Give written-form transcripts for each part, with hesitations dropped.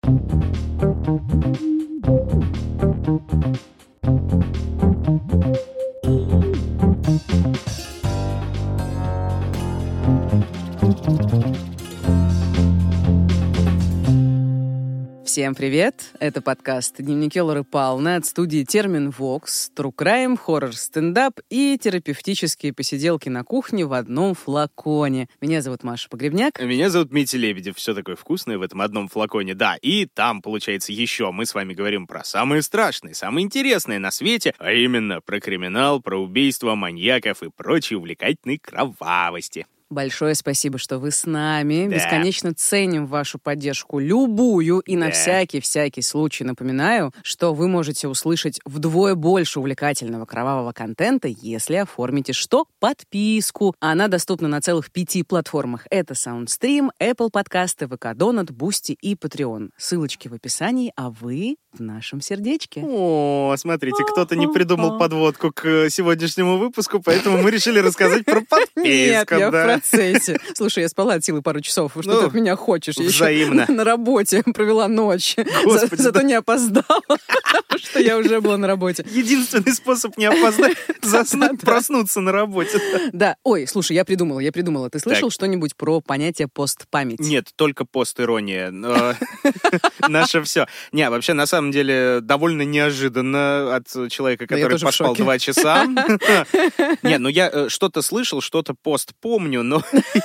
Всем привет! Это подкаст «Дневники Лоры Палны» от студии Терминвокс, True Crime, хоррор, стендап и терапевтические посиделки на кухне в одном флаконе. Меня зовут Маша Погребняк. Меня зовут Митя Лебедев. Все такое вкусное в этом одном флаконе. Да, и там, получается, еще мы с вами говорим про самые страшные, самые интересные на свете, а именно про криминал, про убийства, маньяков и прочие увлекательные кровавости. Большое спасибо, что вы с нами. Да. Бесконечно ценим вашу поддержку, любую. И на всякий случай напоминаю, что вы можете услышать вдвое больше увлекательного кровавого контента, если оформите что? Подписку. Она доступна на целых 5 платформах. Это Soundstream, Apple подкасты, ВК Донат, Бусти и Patreon. Ссылочки в описании, а вы в нашем сердечке. О, смотрите, кто-то не придумал подводку к сегодняшнему выпуску, поэтому мы решили рассказать про подписку. Нет, я в процессе. Слушай, я спала от силы пару часов. Что ты от меня хочешь? Взаимно. Я еще на работе провела ночь. Зато не опоздала, что я уже была на работе. Единственный способ не опоздать — заснуть, проснуться на работе. Да. Ой, слушай, я придумала. Ты слышал что-нибудь про понятие постпамять? Нет, только пост-ирония. Наше все. Не, вообще, на самом деле, довольно неожиданно от человека, который поспал 2 часа. Не, ну я что-то слышал, что-то пост помню, но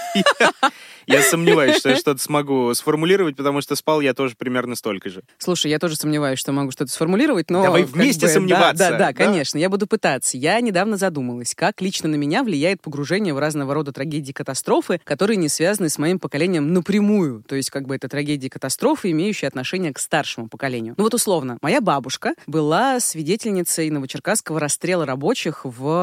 я сомневаюсь, что я что-то смогу сформулировать, потому что спал я тоже примерно столько же. Слушай, я тоже сомневаюсь, что могу что-то сформулировать, но... Давай вместе сомневаться. Да, конечно, я буду пытаться. Я недавно задумалась, как лично на меня влияет погружение в разного рода трагедии и катастрофы, которые не связаны с моим поколением напрямую. То есть, это трагедии и катастрофы, имеющие отношение к старшему поколению. Ну вот условно, моя бабушка была свидетельницей новочеркасского расстрела рабочих в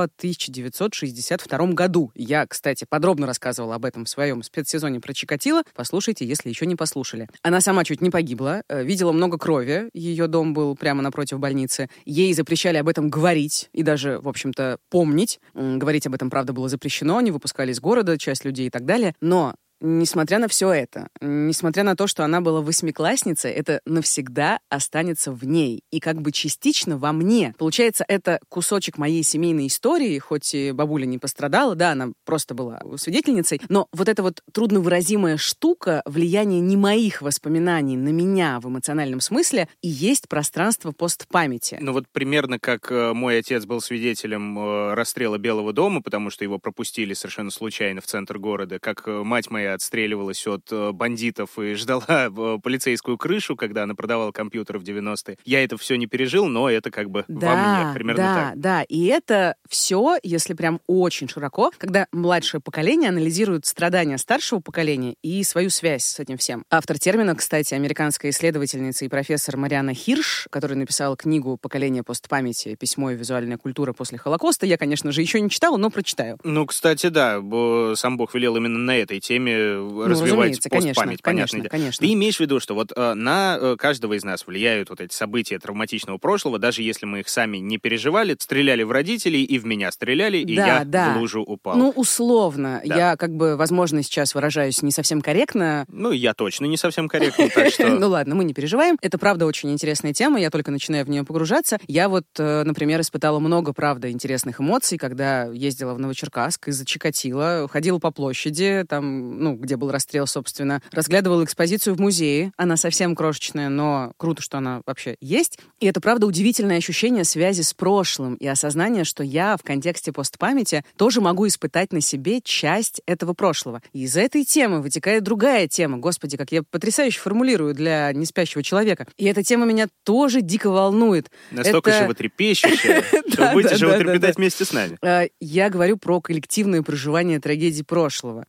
1962 году. Я, кстати, подробно рассказывала об этом в своем спецсезоне про Чикатило. Послушайте, если еще не послушали. Она сама чуть не погибла, видела много крови. Ее дом был прямо напротив больницы. Ей запрещали об этом говорить и даже, в общем-то, помнить. Говорить об этом, правда, было запрещено. Не выпускали из города часть людей и так далее. Но несмотря на все это, несмотря на то, что она была 8-классницей, это навсегда останется в ней и частично во мне. Получается, это кусочек моей семейной истории, хоть и бабуля не пострадала, да, она просто была свидетельницей, но вот эта вот трудновыразимая штука, влияние не моих воспоминаний на меня в эмоциональном смысле, и есть пространство постпамяти. Ну вот примерно как мой отец был свидетелем расстрела Белого дома, потому что его пропустили совершенно случайно в центр города, как мать моя отстреливалась от бандитов и ждала полицейскую крышу, когда она продавала компьютеры в 90-е. Я это все не пережил, но это во мне, примерно так. Да, и это все, если прям очень широко, когда младшее поколение анализирует страдания старшего поколения и свою связь с этим всем. Автор термина, кстати, американская исследовательница и профессор Марианна Хирш, которая написала книгу «Поколение постпамяти. Письмо и визуальная культура после Холокоста». Я, конечно же, еще не читала, но прочитаю. Ну, кстати, да, сам Бог велел именно на этой теме развивать постпамять, понятно. Конечно. Ты имеешь в виду, что вот на каждого из нас влияют вот эти события травматичного прошлого, даже если мы их сами не переживали, стреляли в родителей, и в меня стреляли, и я в лужу упал. Ну, условно. Да. Я, возможно, сейчас выражаюсь не совсем корректно. Ну, я точно не совсем корректно, так что... Ну, ладно, мы не переживаем. Это, правда, очень интересная тема, я только начинаю в нее погружаться. Я например, испытала много, правда, интересных эмоций, когда ездила в Новочеркасск из-за Чикатило, ходила по площади, там, где был расстрел, собственно, разглядывала экспозицию в музее. Она совсем крошечная, но круто, что она вообще есть. И это, правда, удивительное ощущение связи с прошлым и осознание, что я в контексте постпамяти тоже могу испытать на себе часть этого прошлого. И из этой темы вытекает другая тема. Господи, как я потрясающе формулирую для неспящего человека. И эта тема меня тоже дико волнует. Настолько животрепещущая, что будете животрепетать вместе с нами. Я говорю про коллективное проживание трагедий прошлого.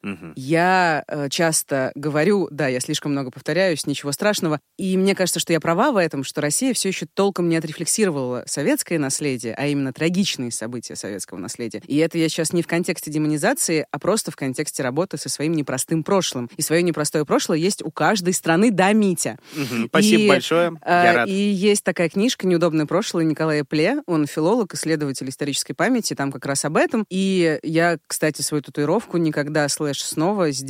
Я часто говорю, да, я слишком много повторяюсь, ничего страшного. И мне кажется, что я права в этом, что Россия все еще толком не отрефлексировала советское наследие, а именно трагичные события советского наследия. И это я сейчас не в контексте демонизации, а просто в контексте работы со своим непростым прошлым. И свое непростое прошлое есть у каждой страны, да, Митя. Спасибо большое, я рад. И есть такая книжка «Неудобное прошлое» Николая Пле. Он филолог, исследователь исторической памяти, там как раз об этом. И я, кстати, свою татуировку никогда / снова сделала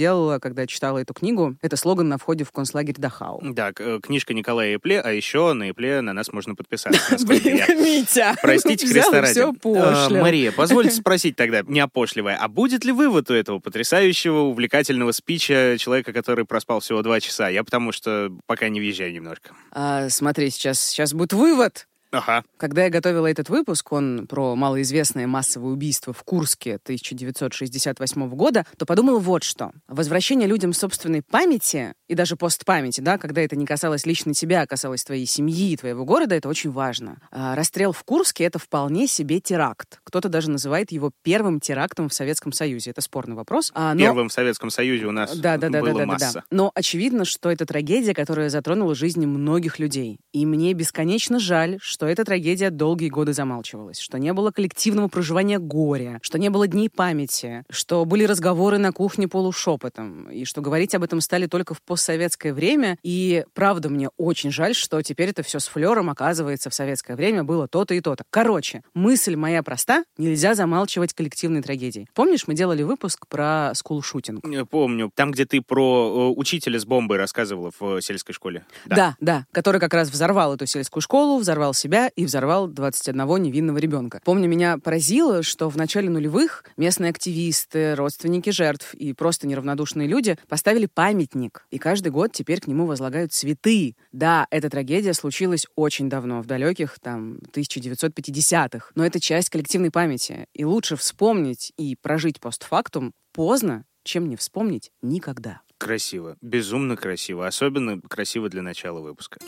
делала, когда читала эту книгу. Это слоган на входе в концлагерь Дахау. Да, книжка Николая Эпле, а еще на Эпле на нас можно подписаться. Блин, Митя! Простите, Христа ради. Все пошло. Мария, позвольте спросить тогда, не опошливая, а будет ли вывод у этого потрясающего, увлекательного спича человека, который проспал всего 2 часа? Я потому что пока не въезжаю немножко. Смотри, сейчас будет вывод. Ага. Когда я готовила этот выпуск, он про малоизвестное массовое убийство в Курске 1968 года, то подумала вот что. Возвращение людям собственной памяти и даже постпамяти, да, когда это не касалось лично тебя, а касалось твоей семьи, твоего города, это очень важно. Расстрел в Курске — это вполне себе теракт. Кто-то даже называет его первым терактом в Советском Союзе. Это спорный вопрос. Первым в Советском Союзе у нас было масса. Да. Но очевидно, что это трагедия, которая затронула жизни многих людей. И мне бесконечно жаль, что эта трагедия долгие годы замалчивалась, что не было коллективного проживания горя, что не было дней памяти, что были разговоры на кухне полушепотом, и что говорить об этом стали только в постсоветское время. И правда, мне очень жаль, что теперь это все с флером, оказывается, в советское время было то-то и то-то. Короче, мысль моя проста: нельзя замалчивать коллективные трагедии. Помнишь, мы делали выпуск про скулшутинг? Я помню. Там, где ты про учителя с бомбой рассказывала в сельской школе. Да, который как раз взорвал эту сельскую школу, взорвал себя и взорвал 21 невинного ребенка. Помню, меня поразило, что в начале нулевых местные активисты, родственники жертв и просто неравнодушные люди поставили памятник. И каждый год теперь к нему возлагают цветы. Да, эта трагедия случилась очень давно, в далеких, 1950-х. Но это часть коллективной памяти. И лучше вспомнить и прожить постфактум поздно, чем не вспомнить никогда. Красиво. Безумно красиво. Особенно красиво для начала выпуска.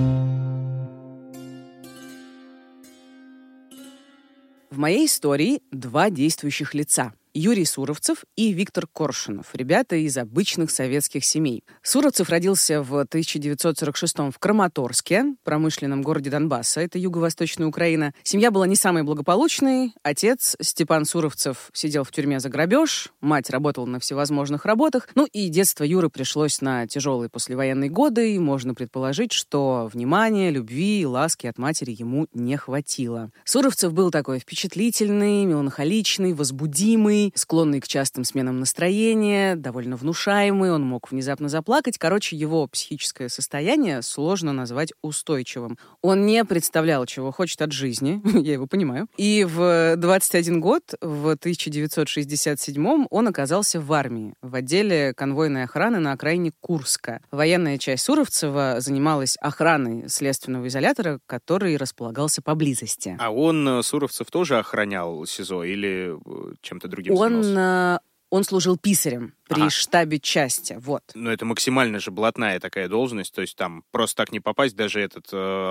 В моей истории 2 действующих лица. Юрий Суровцев и Виктор Коршунов. Ребята из обычных советских семей. Суровцев родился в 1946 в Краматорске, промышленном городе Донбасса, это юго-восточная Украина. Семья была не самой благополучной. Отец, Степан Суровцев, сидел в тюрьме за грабеж, мать работала на всевозможных работах. И детство Юры пришлось на тяжелые послевоенные годы, и можно предположить, что внимания, любви и ласки от матери ему не хватило. Суровцев был такой впечатлительный, меланхоличный, возбудимый, склонный к частым сменам настроения, довольно внушаемый, он мог внезапно заплакать. Короче, его психическое состояние сложно назвать устойчивым. Он не представлял, чего хочет от жизни, я его понимаю. И в 21 год, в 1967-м, он оказался в армии, в отделе конвойной охраны на окраине Курска. Военная часть Суровцева занималась охраной следственного изолятора, который располагался поблизости. А он, Суровцев, тоже охранял СИЗО или чем-то другим занимался? Он служил писарем при штабе части, вот. Но это максимально же блатная такая должность, то есть там просто так не попасть, даже этот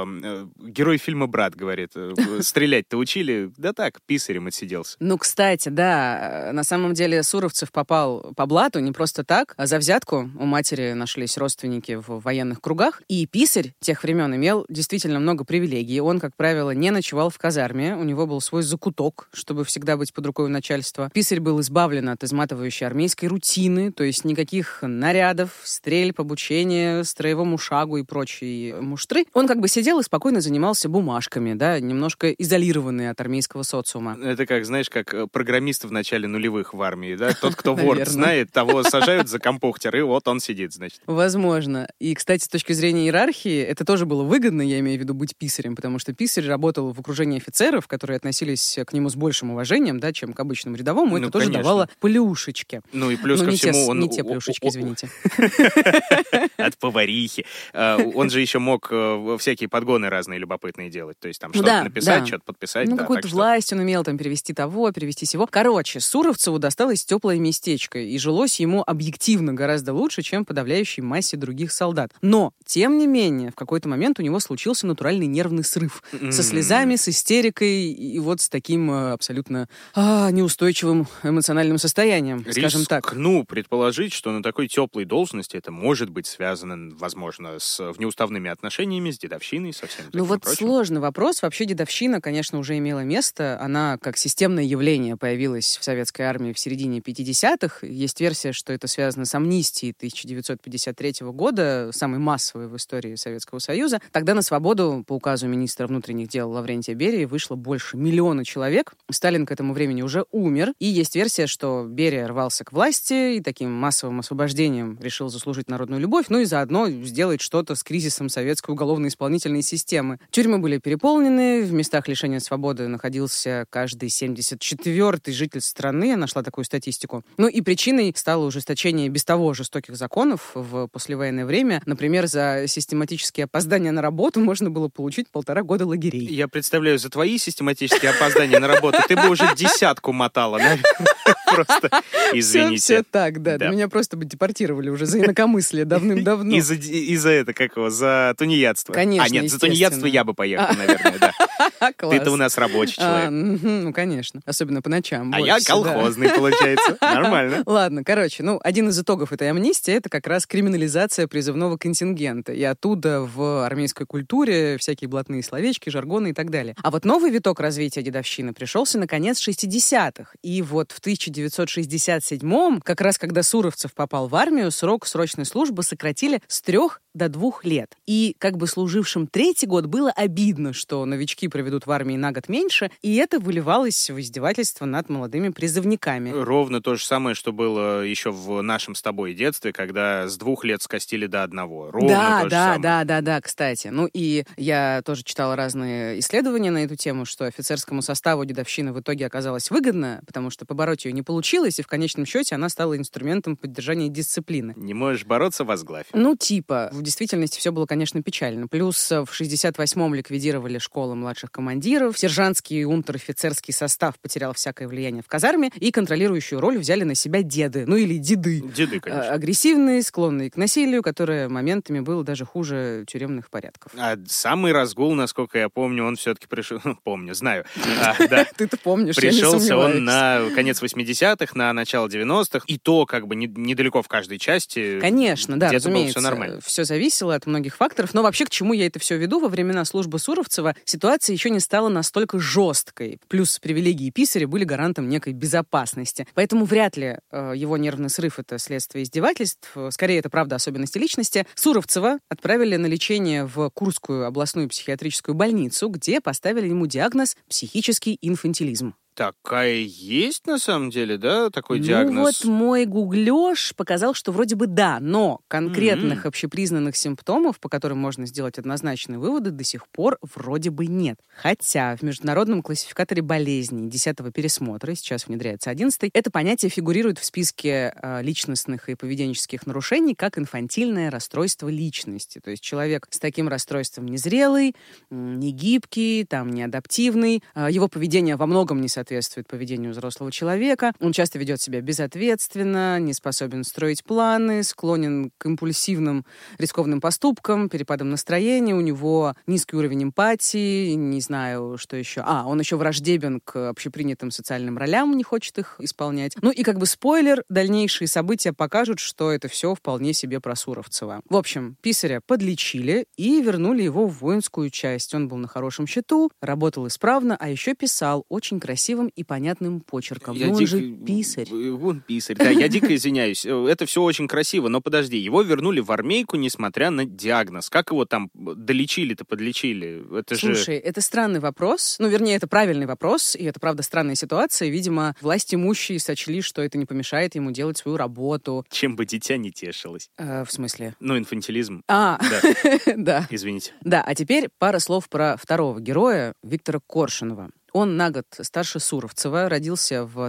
герой фильма «Брат» говорит, стрелять-то учили, да так, писарем отсиделся. Кстати, да, на самом деле Суровцев попал по блату не просто так, а за взятку. У матери нашлись родственники в военных кругах, и писарь тех времен имел действительно много привилегий. Он, как правило, не ночевал в казарме, у него был свой закуток, чтобы всегда быть под рукой у начальства. Писарь был избавлен от изматывающей армейской рутины, то есть никаких нарядов, стрельб, обучения, строевому шагу и прочей муштры. Он как бы сидел и спокойно занимался бумажками, да, немножко изолированный от армейского социума. Это как, знаешь, как программисты в начале нулевых в армии, да? Тот, кто Word знает, того сажают за компьютер, и вот он сидит, значит. Возможно. И, кстати, с точки зрения иерархии, это тоже было выгодно, я имею в виду, быть писарем, потому что писарь работал в окружении офицеров, которые относились к нему с большим уважением, да, чем к обычному рядовому. Это тоже давало плюшечки. И плюс ко всему он... Не те плюшечки, извините. От поварихи. Он же еще мог всякие подгоны разные любопытные делать. То есть там что-то написать, что-то подписать. Какую-то власть он умел там перевести того, перевести сего. Короче, Суровцеву досталось теплое местечко, и жилось ему объективно гораздо лучше, чем подавляющей массе других солдат. Но, тем не менее, в какой-то момент у него случился натуральный нервный срыв. Со слезами, с истерикой и вот с таким абсолютно неустойчивым эмоциональным состоянием, скажем так. Предположить, что на такой теплой должности это может быть связано, возможно, с внеуставными отношениями, с дедовщиной, со всем таким прочим. Сложный вопрос. Вообще дедовщина, конечно, уже имела место. Она как системное явление появилась в советской армии в середине 50-х. Есть версия, что это связано с амнистией 1953 года, самой массовой массовой в истории Советского Союза. Тогда на свободу по указу министра внутренних дел Лаврентия Берии вышло больше 1 миллиона человек. Сталин к этому времени уже умер. И есть версия, что Берия рвался к власти и таким массовым освобождением решил заслужить народную любовь, ну и заодно сделать что-то с кризисом советской уголовно-исполнительной системы. Тюрьмы были переполнены, в местах лишения свободы находился каждый 74-й житель страны. Я нашла такую статистику. Ну и причиной стало ужесточение без того жестоких законов в послевоенное время. Например, за систематические опоздания на работу можно было получить 1,5 года лагерей. Я представляю, за твои систематические опоздания на работу ты бы уже 10 мотала, просто, извините. Все так, да. Меня просто бы депортировали уже за инакомыслие давным-давно. За это, как его, за тунеядство. Конечно, нет, за тунеядство я бы поехал, наверное, да. Ты-то у нас рабочий человек. Ну, конечно. Особенно по ночам. А я колхозный, получается. Нормально. Ладно, короче, один из итогов этой амнистии — это как раз криминализация призывного контингента. И оттуда в армейской культуре всякие блатные словечки, жаргоны и так далее. А вот новый виток развития дедовщины пришелся на конец 60-х. И вот в 1967-м, как раз когда Суровцев попал в армию, срок срочной службы сократили с 3 до 2 лет. И как бы служившим 3-й год было обидно, что новички проведут в армии на год меньше, и это выливалось в издевательство над молодыми призывниками. Ровно то же самое, что было еще в нашем с тобой детстве, когда с 2 лет скостили до 1. Ровно то же самое. Да, кстати. Ну и я тоже читала разные исследования на эту тему, что офицерскому составу дедовщина в итоге оказалась выгодна, потому что побороть ее не получилось, и в конечном счете она стала инструментом поддержания дисциплины. Не можешь бороться — возглавь. Ну, типа. В действительности все было, конечно, печально. Плюс в 68-м ликвидировали школы младших командиров, сержантский и унтер-офицерский состав потерял всякое влияние в казарме, и контролирующую роль взяли на себя деды, ну или деды. Деды, конечно. Агрессивные, склонные к насилию, которое моментами было даже хуже тюремных порядков. А самый разгул, насколько я помню, он все-таки пришел... знаю. Ты-то помнишь, пришелся он на конец 80-х, на начало 90-х, и то как бы недалеко в каждой части. Конечно, да, где-то разумеется. Было все нормально. Все зависело от многих факторов. Но вообще, к чему я это все веду? Во времена службы Суровцева ситуация еще не стала настолько жесткой. Плюс привилегии писаря были гарантом некой безопасности. Поэтому вряд ли его нервный срыв — это следствие издевательств. Скорее, это правда особенности личности. Суровцева отправили на лечение в Курскую областную психиатрическую больницу, где поставили ему диагноз «психический инфантилизм». Такая есть на самом деле, да, такой диагноз? Ну вот мой гуглёж показал, что вроде бы да, но конкретных общепризнанных симптомов, по которым можно сделать однозначные выводы, до сих пор вроде бы нет. Хотя в международном классификаторе болезней 10-го пересмотра, сейчас внедряется 11-й, это понятие фигурирует в списке личностных и поведенческих нарушений как инфантильное расстройство личности. То есть человек с таким расстройством незрелый, негибкий, неадаптивный, его поведение во многом не соответствует поведению взрослого человека. Он часто ведет себя безответственно, не способен строить планы, склонен к импульсивным, рискованным поступкам, перепадам настроения. У него низкий уровень эмпатии, не знаю, что еще. Он еще враждебен к общепринятым социальным ролям, не хочет их исполнять. Ну и спойлер, дальнейшие события покажут, что это все вполне себе про Суровцева. В общем, писаря подлечили и вернули его в воинскую часть. Он был на хорошем счету, работал исправно, а еще писал очень красивым и понятным почерком. Он же писарь. Он писарь, да, я дико извиняюсь. Это все очень красиво, но подожди, его вернули в армейку, несмотря на диагноз. Как его там долечили-то, подлечили? Слушай, это странный вопрос. Вернее, это правильный вопрос, и это, правда, странная ситуация. Видимо, властимущие сочли, что это не помешает ему делать свою работу. Чем бы дитя не тешилось. В смысле? Инфантилизм. Да. Извините. Да, а теперь пара слов про второго героя, Виктора Коршунова. Он на год старше Суровцева, родился в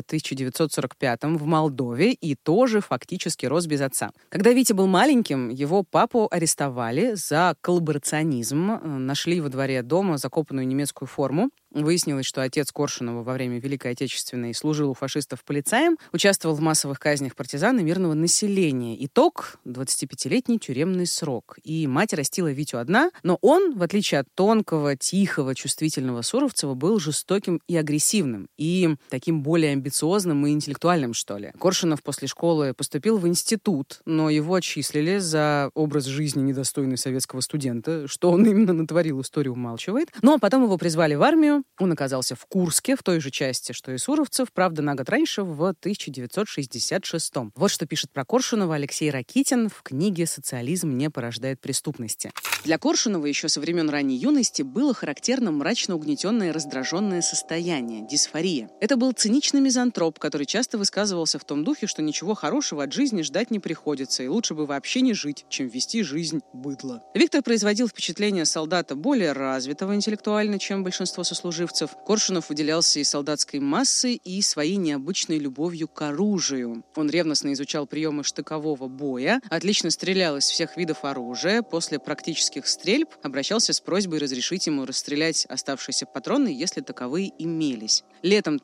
1945-м в Молдове и тоже фактически рос без отца. Когда Витя был маленьким, его папу арестовали за коллаборационизм. Нашли во дворе дома закопанную немецкую форму. Выяснилось, что отец Коршунова во время Великой Отечественной служил у фашистов полицаем, участвовал в массовых казнях партизан и мирного населения. Итог — 25-летний тюремный срок. И мать растила Витю одна, но он, в отличие от тонкого, тихого, чувствительного Суровцева, был жестоким и агрессивным, и таким более амбициозным и интеллектуальным, что ли. Коршунов после школы поступил в институт, но его отчислили за образ жизни, недостойный советского студента. Что он именно натворил, история умалчивает. Но потом его призвали в армию, Он оказался в Курске, в той же части, что и Суровцев, правда, на год раньше, в 1966. Вот что пишет про Коршунова Алексей Ракитин в книге «Социализм не порождает преступности». Для Коршунова еще со времен ранней юности было характерно мрачно угнетенное и раздраженное состояние, дисфория. Это был циничный мизантроп, который часто высказывался в том духе, что ничего хорошего от жизни ждать не приходится, и лучше бы вообще не жить, чем вести жизнь быдло. Виктор производил впечатление солдата более развитого интеллектуально, чем большинство сослуживцев. Коршунов выделялся и солдатской массой, и своей необычной любовью к оружию. Он ревностно изучал приемы штыкового боя, отлично стрелял из всех видов оружия, после практических стрельб обращался с просьбой разрешить ему расстрелять оставшиеся патроны, если таковые имелись. Летом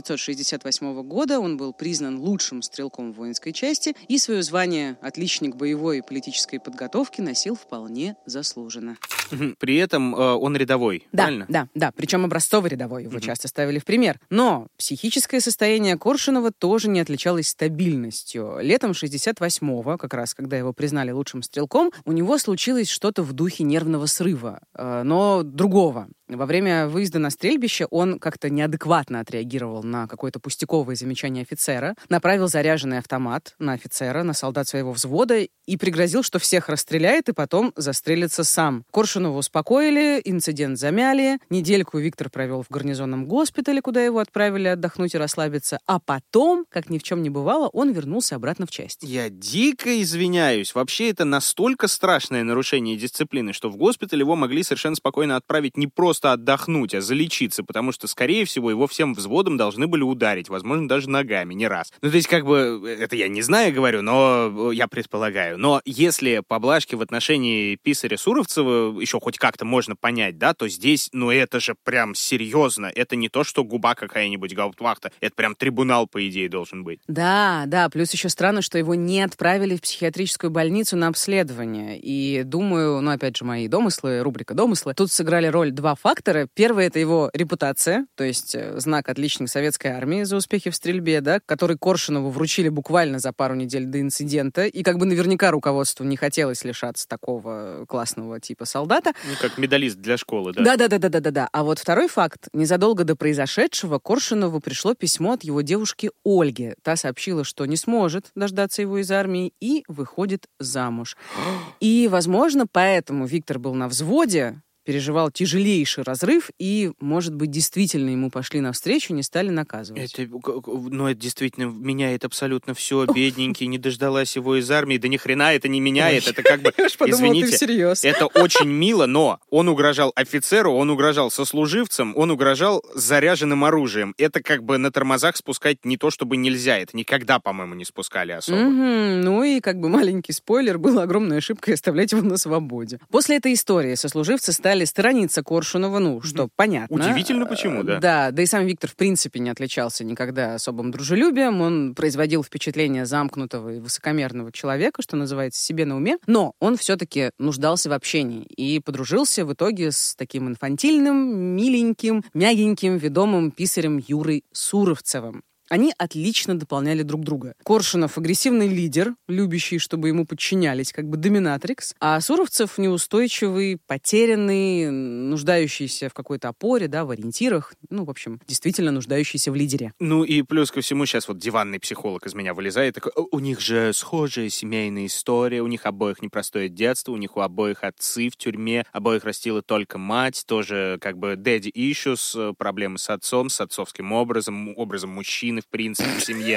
1968 года он был признан лучшим стрелком воинской части и свое звание «отличник боевой и политической подготовки» носил вполне заслуженно. При этом он рядовой, правильно? Да, причем образцовый рядовой, его часто ставили в пример. Но психическое состояние Коршунова тоже не отличалось стабильностью. Летом 68-го, как раз когда его признали лучшим стрелком, у него случилось что-то в духе нервного срыва, но другого. Во время выезда на стрельбище он как-то неадекватно отреагировал на какое-то пустяковое замечание офицера, направил заряженный автомат на офицера, на солдат своего взвода и пригрозил, что всех расстреляет и потом застрелится сам. Коршунова успокоили, инцидент замяли. Недельку Виктор провел в гарнизонном госпитале, куда его отправили отдохнуть и расслабиться. А потом, как ни в чем не бывало, он вернулся обратно в часть. Я дико извиняюсь. Вообще это настолько страшное нарушение дисциплины, что в госпиталь его могли совершенно спокойно отправить не просто отдохнуть, а залечиться, потому что, скорее всего, его всем взводом должны были ударить, возможно, даже ногами, не раз. Ну, то есть, как бы, это я не знаю, говорю, но я предполагаю. Но если поблажки в отношении писаря Суровцева еще хоть как-то можно понять, да, то здесь, ну, это же прям серьезно. Это не то, что губа какая-нибудь гауптвахта. Это прям трибунал, по идее, должен быть. Да, плюс еще странно, что его не отправили в психиатрическую больницу на обследование. И думаю, ну, опять же, мои домыслы, рубрика «Домыслы», тут сыграли роль два фактора. Первый — это его репутация, то есть знак «Отличник советской армии» за успехи в стрельбе, да, который Коршунову вручили буквально за пару недель до инцидента, и как бы наверняка руководству не хотелось лишаться такого классного типа солдата. Ну, как медалист для школы, да? Да. А вот второй факт. Незадолго до произошедшего Коршунову пришло письмо от его девушки Ольги. Та сообщила, что не сможет дождаться его из армии и выходит замуж. И, возможно, поэтому Виктор был на взводе, переживал тяжелейший разрыв, и, может быть, действительно ему пошли навстречу, не стали наказывать. Это действительно меняет абсолютно все. Бедненький, не дождалась его из армии. Да ни хрена это не меняет. Это как бы, извините, это очень мило, но он угрожал офицеру, он угрожал сослуживцам, он угрожал заряженным оружием. Это как бы на тормозах спускать не то, чтобы нельзя. Это никогда, по-моему, не спускали особо. Ну и как бы маленький спойлер, была огромной ошибкой оставлять его на свободе. После этой истории сослуживцы стали сторониться Коршунова, что понятно. Удивительно, почему, да? Да и сам Виктор, в принципе, не отличался никогда особым дружелюбием. Он производил впечатление замкнутого и высокомерного человека, что называется, себе на уме. Но он все-таки нуждался в общении и подружился в итоге с таким инфантильным, миленьким, мягеньким, ведомым писарем Юрой Суровцевым. Они отлично дополняли друг друга. Коршунов — агрессивный лидер, любящий, чтобы ему подчинялись, как бы доминатрикс, а Суровцев — неустойчивый, потерянный, нуждающийся в какой-то опоре, да, в ориентирах, в общем, действительно нуждающийся в лидере. Ну и плюс ко всему сейчас вот диванный психолог из меня вылезает, такой, у них же схожая семейная история, у них обоих непростое детство, у них у обоих отцы в тюрьме, обоих растила только мать, тоже как бы daddy issues, проблемы с отцом, с отцовским образом мужчины в принципе, в семье.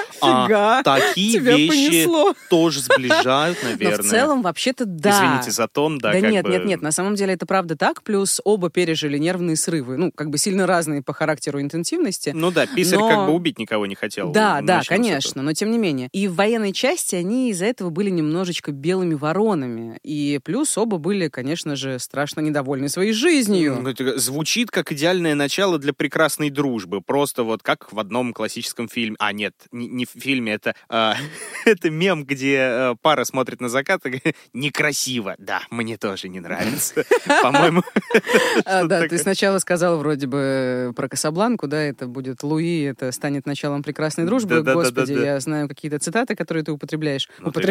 Такие вещи тоже сближают, наверное. Но в целом, вообще-то, да. Извините за тон, да. Да нет, на самом деле это правда так, плюс оба пережили нервные срывы, как бы сильно разные по характеру и интенсивности. Ну да, писарь как бы убить никого не хотел. Да, конечно, но тем не менее. И в военной части они из-за этого были немножечко белыми воронами. И плюс оба были, конечно же, страшно недовольны своей жизнью. Звучит как идеальное начало для прекрасной дружбы. Просто вот как в одном классическом классическом фильме. Нет, не в фильме, это это мем, где пара смотрит на закат и говорит: некрасиво. Да, мне тоже не нравится. По-моему. Да, ты сначала сказал вроде бы про Касабланку, да, это будет Луи, это станет началом прекрасной дружбы. Господи, я знаю какие-то цитаты, которые ты употребляешь.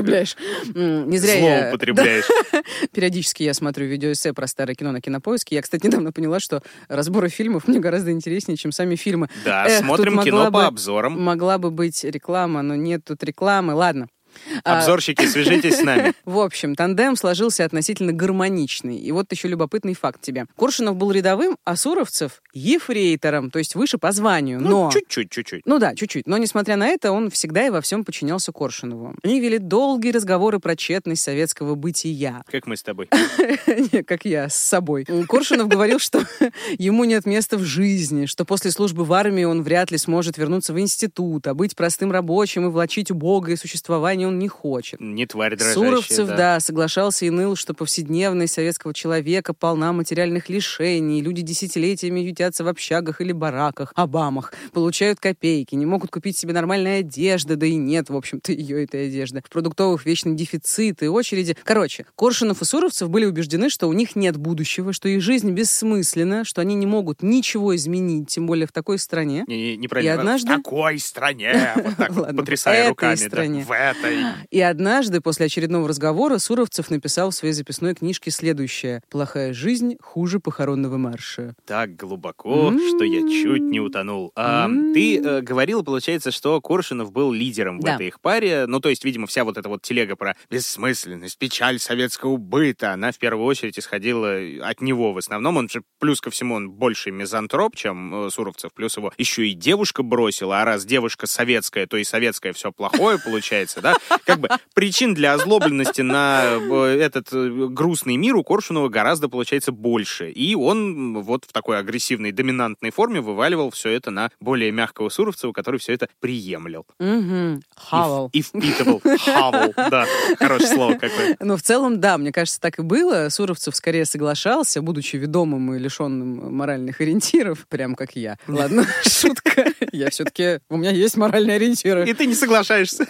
Не зря я... Злоупотребляешь. Периодически я смотрю видеоэссе про старое кино на Кинопоиске. Я, кстати, недавно поняла, что разборы фильмов мне гораздо интереснее, чем сами фильмы. Да, смотрим кино по обзорам. Могла бы быть реклама, но нет тут рекламы. Ладно. Обзорщики, свяжитесь с нами. В общем, тандем сложился относительно гармоничный. И вот еще любопытный факт тебе. Коршунов был рядовым, а Суровцев — ефрейтором, то есть выше по званию. Но... чуть-чуть. Ну да, чуть-чуть. Но, несмотря на это, он всегда и во всем подчинялся Коршунову. Они вели долгие разговоры про тщетность советского бытия. Как мы с тобой. Не, как я, с собой. Коршунов говорил, что ему нет места в жизни, что после службы в армии он вряд ли сможет вернуться в институт, а быть простым рабочим и влачить убогое существование он не хочет. Не тварь дрожащая. Суровцев, да, соглашался и ныл, что повседневность советского человека полна материальных лишений, люди десятилетиями ютятся в общагах или бараках, обамах, получают копейки, не могут купить себе нормальной одежды, да и нет, в общем-то, ее этой одежды. В продуктовых вечный дефицит и очереди. Короче, Коршунов и Суровцев были убеждены, что у них нет будущего, что их жизнь бессмысленна, что они не могут ничего изменить, тем более в такой стране. Неправильно. Однажды... В такой стране! Вот так вот, потрясая руками. В этой. И однажды, после очередного разговора, Суровцев написал в своей записной книжке следующее: «Плохая жизнь хуже похоронного марша». Так глубоко, что я чуть не утонул. Ты говорила, получается, что Коршунов был лидером в этой их паре. Ну, то есть, видимо, вся вот эта вот телега про бессмысленность, печаль советского быта, она в первую очередь исходила от него в основном. Он же, плюс ко всему, он больше мизантроп, чем Суровцев. Плюс его еще и девушка бросила, а раз девушка советская, то и советское все плохое получается, да? Как бы причин для озлобленности на этот грустный мир у Коршунова гораздо, получается, больше. И он вот в такой агрессивной, доминантной форме вываливал все это на более мягкого Суровцева, который все это приемлил. Хавал. И впитывал. Хавал, да. Хорошее слово какое. Но в целом, да, мне кажется, так и было. Суровцев скорее соглашался, будучи ведомым и лишенным моральных ориентиров, прям как я. Ладно, шутка. Я все-таки... У меня есть моральные ориентиры. И ты не соглашаешься.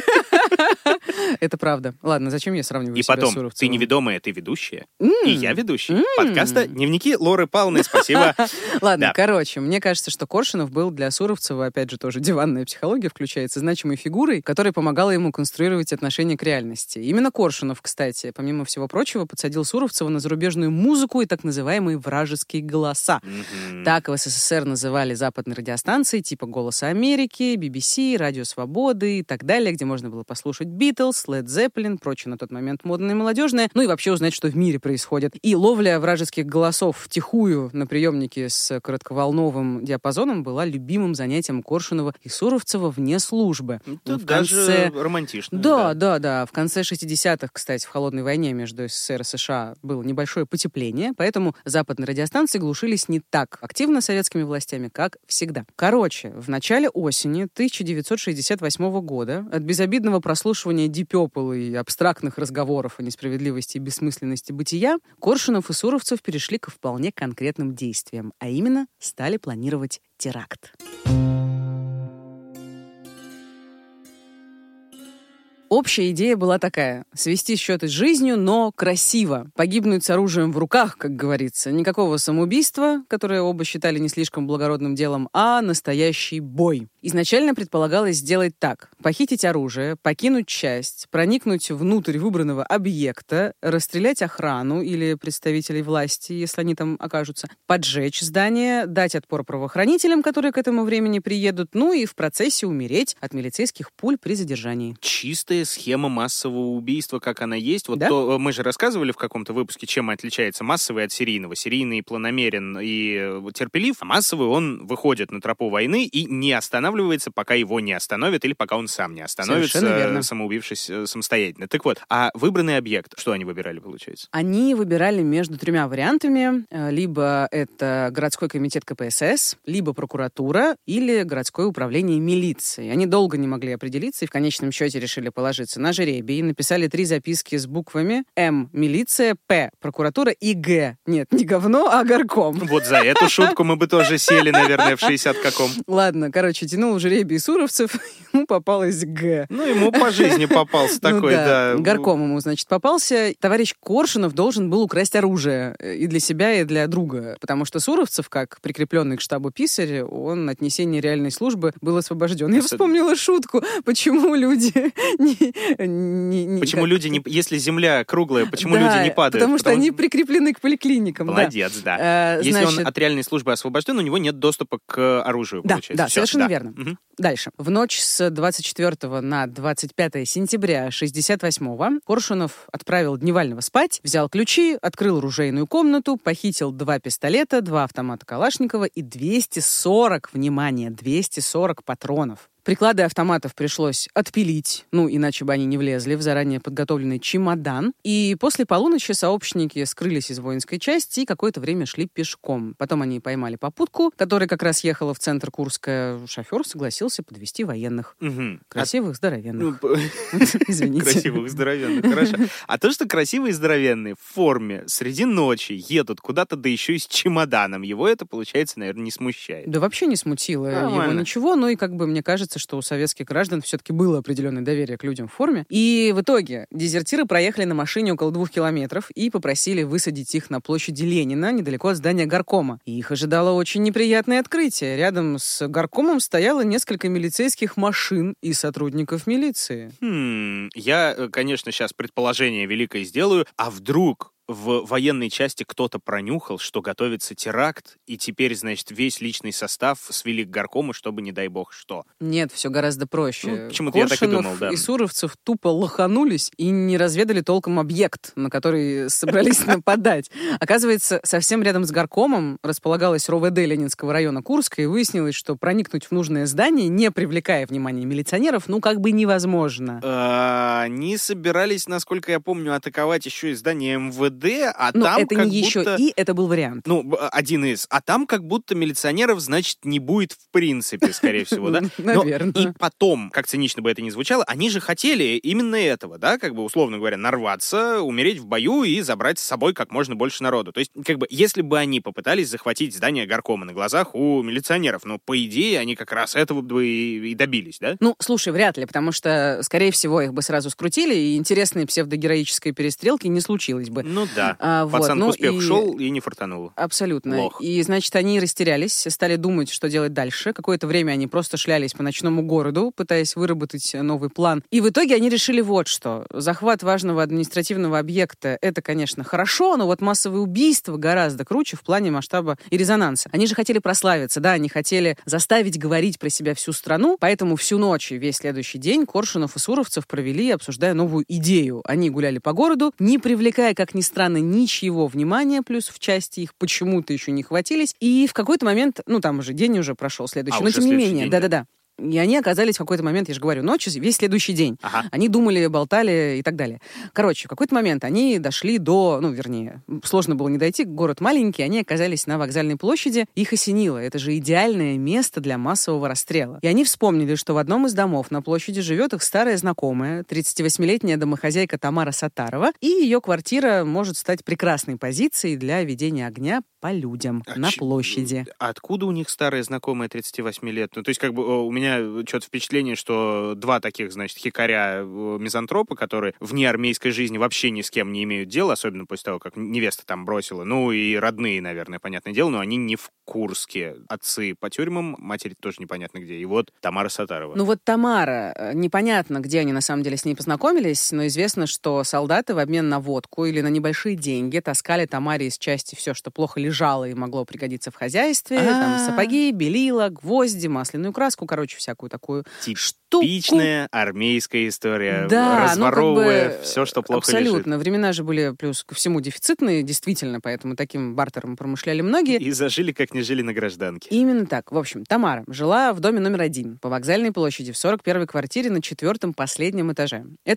Это правда. Ладно, зачем я сравниваю себя с Суровцевым? И потом, ты не ведомая, ты ведущая. И я ведущий. Подкаста «Дневники Лоры Павловны». Спасибо. Ладно, короче, мне кажется, что Коршунов был для Суровцева, опять же, тоже диванная психология включается, значимой фигурой, которая помогала ему конструировать отношение к реальности. Именно Коршунов, кстати, помимо всего прочего, подсадил Суровцева на зарубежную музыку и так называемые вражеские голоса. Так в СССР называли западные радиостанции типа «Голоса Америки», BBC, «Радио Свободы» и так далее, где можно было послушать Битлз, Led Zeppelin, прочее на тот момент модное и молодежное, ну и вообще узнать, что в мире происходит. И ловля вражеских голосов втихую на приемнике с коротковолновым диапазоном была любимым занятием Коршунова и Суровцева вне службы. Это даже романтично. Да. В конце 60-х, кстати, в холодной войне между СССР и США было небольшое потепление, поэтому западные радиостанции глушились не так активно советскими властями, как всегда. Короче, в начале осени 1968 года от безобидного прослушивания Deep Purple и абстрактных разговоров о несправедливости и бессмысленности бытия Коршунов и Суровцев перешли к вполне конкретным действиям, а именно стали планировать теракт. Общая идея была такая: свести счеты с жизнью, но красиво. Погибнуть с оружием в руках, как говорится. Никакого самоубийства, которое оба считали не слишком благородным делом, а настоящий бой. Изначально предполагалось сделать так: похитить оружие, покинуть часть, проникнуть внутрь выбранного объекта, расстрелять охрану или представителей власти, если они там окажутся, поджечь здание, дать отпор правоохранителям, которые к этому времени приедут, ну и в процессе умереть от милицейских пуль при задержании. Чистая схема массового убийства, как она есть. Вот да? Мы же рассказывали в каком-то выпуске, чем отличается массовый от серийного. Серийный планомерен и терпелив, а массовый он выходит на тропу войны и не останавливается, пока его не остановят или пока он сам не остановится, самоубившись самостоятельно. Так вот, а выбранный объект, что они выбирали, получается? Они выбирали между тремя вариантами. Либо это городской комитет КПСС, либо прокуратура или городское управление милиции. Они долго не могли определиться и в конечном счете решили положить положиться на жребий, написали 3 записки с буквами М — милиция, П — прокуратура и Г — нет, не говно, а горком. Вот за эту шутку мы бы тоже сели, наверное, в 60 каком. Ладно, короче, тянул жребий Суровцев, ему попалось Г. Ну, ему по жизни попался такой, да. Горком ему, значит, попался. Товарищ Коршунов должен был украсть оружие и для себя, и для друга, потому что Суровцев, как прикрепленный к штабу писарь, он от несения реальной службы был освобожден. Я вспомнила шутку, почему люди Почему люди не... Если земля круглая, почему люди не падают? Потому что они прикреплены к поликлиникам. Молодец, да. Если он от реальной службы освобожден, у него нет доступа к оружию, получается. Да, совершенно верно. Дальше. В ночь с 24 на 25 сентября 68-го Коршунов отправил Дневального спать, взял ключи, открыл оружейную комнату, похитил 2 пистолета, 2 автомата Калашникова и 240, внимание, 240 патронов. Приклады автоматов пришлось отпилить, иначе бы они не влезли в заранее подготовленный чемодан. И после полуночи сообщники скрылись из воинской части и какое-то время шли пешком. Потом они поймали попутку, которая как раз ехала в центр Курска. Шофер согласился подвезти военных. Красивых, здоровенных. Извините. Красивых, здоровенных, хорошо. А то, что красивые и здоровенные в форме среди ночи едут куда-то, да еще и с чемоданом, его это, получается, наверное, не смущает. Да вообще не смутило его ничего, и мне кажется, что у советских граждан все-таки было определенное доверие к людям в форме. И в итоге дезертиры проехали на машине около 2 километров и попросили высадить их на площади Ленина, недалеко от здания горкома. И их ожидало очень неприятное открытие. Рядом с горкомом стояло несколько милицейских машин и сотрудников милиции. Я, конечно, сейчас предположение великое сделаю. А вдруг в военной части кто-то пронюхал, что готовится теракт, и теперь, значит, весь личный состав свели к горкому, чтобы, не дай бог, что? Нет, все гораздо проще. Почему-то я так и думал, да. И Суровцев тупо лоханулись и не разведали толком объект, на который собрались нападать. Оказывается, совсем рядом с горкомом располагалась РОВД Ленинского района Курска, и выяснилось, что проникнуть в нужное здание, не привлекая внимания милиционеров, невозможно. Они собирались, насколько я помню, атаковать еще и здание МВД, а там это как не будто... еще и, это был вариант. Один из. А там как будто милиционеров, значит, не будет в принципе, скорее всего, да? Наверное. И потом, как цинично бы это ни звучало, они же хотели именно этого, да, условно говоря, нарваться, умереть в бою и забрать с собой как можно больше народу. То есть, если бы они попытались захватить здание горкома на глазах у милиционеров, по идее, они как раз этого бы и добились, да? Слушай, вряд ли, потому что, скорее всего, их бы сразу скрутили, и интересной псевдогероической перестрелки не случилось бы. Да, пацан к успеху шел и не фартануло. Абсолютно. Лох. И, значит, они растерялись, стали думать, что делать дальше. Какое-то время они просто шлялись по ночному городу, пытаясь выработать новый план. И в итоге они решили вот что. Захват важного административного объекта — это, конечно, хорошо, но массовые убийства гораздо круче в плане масштаба и резонанса. Они же хотели прославиться, да, они хотели заставить говорить про себя всю страну, поэтому всю ночь и весь следующий день Коршунов и Суровцев провели, обсуждая новую идею. Они гуляли по городу, не привлекая, как ни странно, ничьего внимания, плюс в части их почему-то еще не хватились. И в какой-то момент, там уже день уже прошел следующий, но тем не менее, да-да-да. И они оказались в какой-то момент, я же говорю, ночью, весь следующий день. Они думали, болтали и так далее. Короче, в какой-то момент они дошли до, сложно было не дойти, город маленький, они оказались на вокзальной площади, их осенило. Это же идеальное место для массового расстрела. И они вспомнили, что в одном из домов на площади живет их старая знакомая, 38-летняя домохозяйка Тамара Сатарова, и ее квартира может стать прекрасной позицией для ведения огня по людям на площади. Откуда у них старая знакомая 38 лет? То есть, у меня что-то впечатление, что 2 таких, значит, хикаря-мизантропа, которые вне армейской жизни вообще ни с кем не имеют дела, особенно после того, как невеста там бросила. И родные, наверное, понятное дело, но они не в Курске. Отцы по тюрьмам, матери тоже непонятно где. И вот Тамара Сатарова. Тамара, непонятно, где они на самом деле с ней познакомились, но известно, что солдаты в обмен на водку или на небольшие деньги таскали Тамаре из части все, что плохо лежало и могло пригодиться в хозяйстве. Там сапоги, белила, гвозди, масляную краску, всякую такую штуку. Типичная армейская история, разворовывая все, что плохо лежит. Абсолютно. Времена же были, плюс ко всему, дефицитные, действительно, поэтому таким бартером промышляли многие. И зажили, как не жили на гражданке. Именно так. В общем, Тамара жила в доме номер 1 по Вокзальной площади в 41-й квартире на 4-м последнем этаже. Это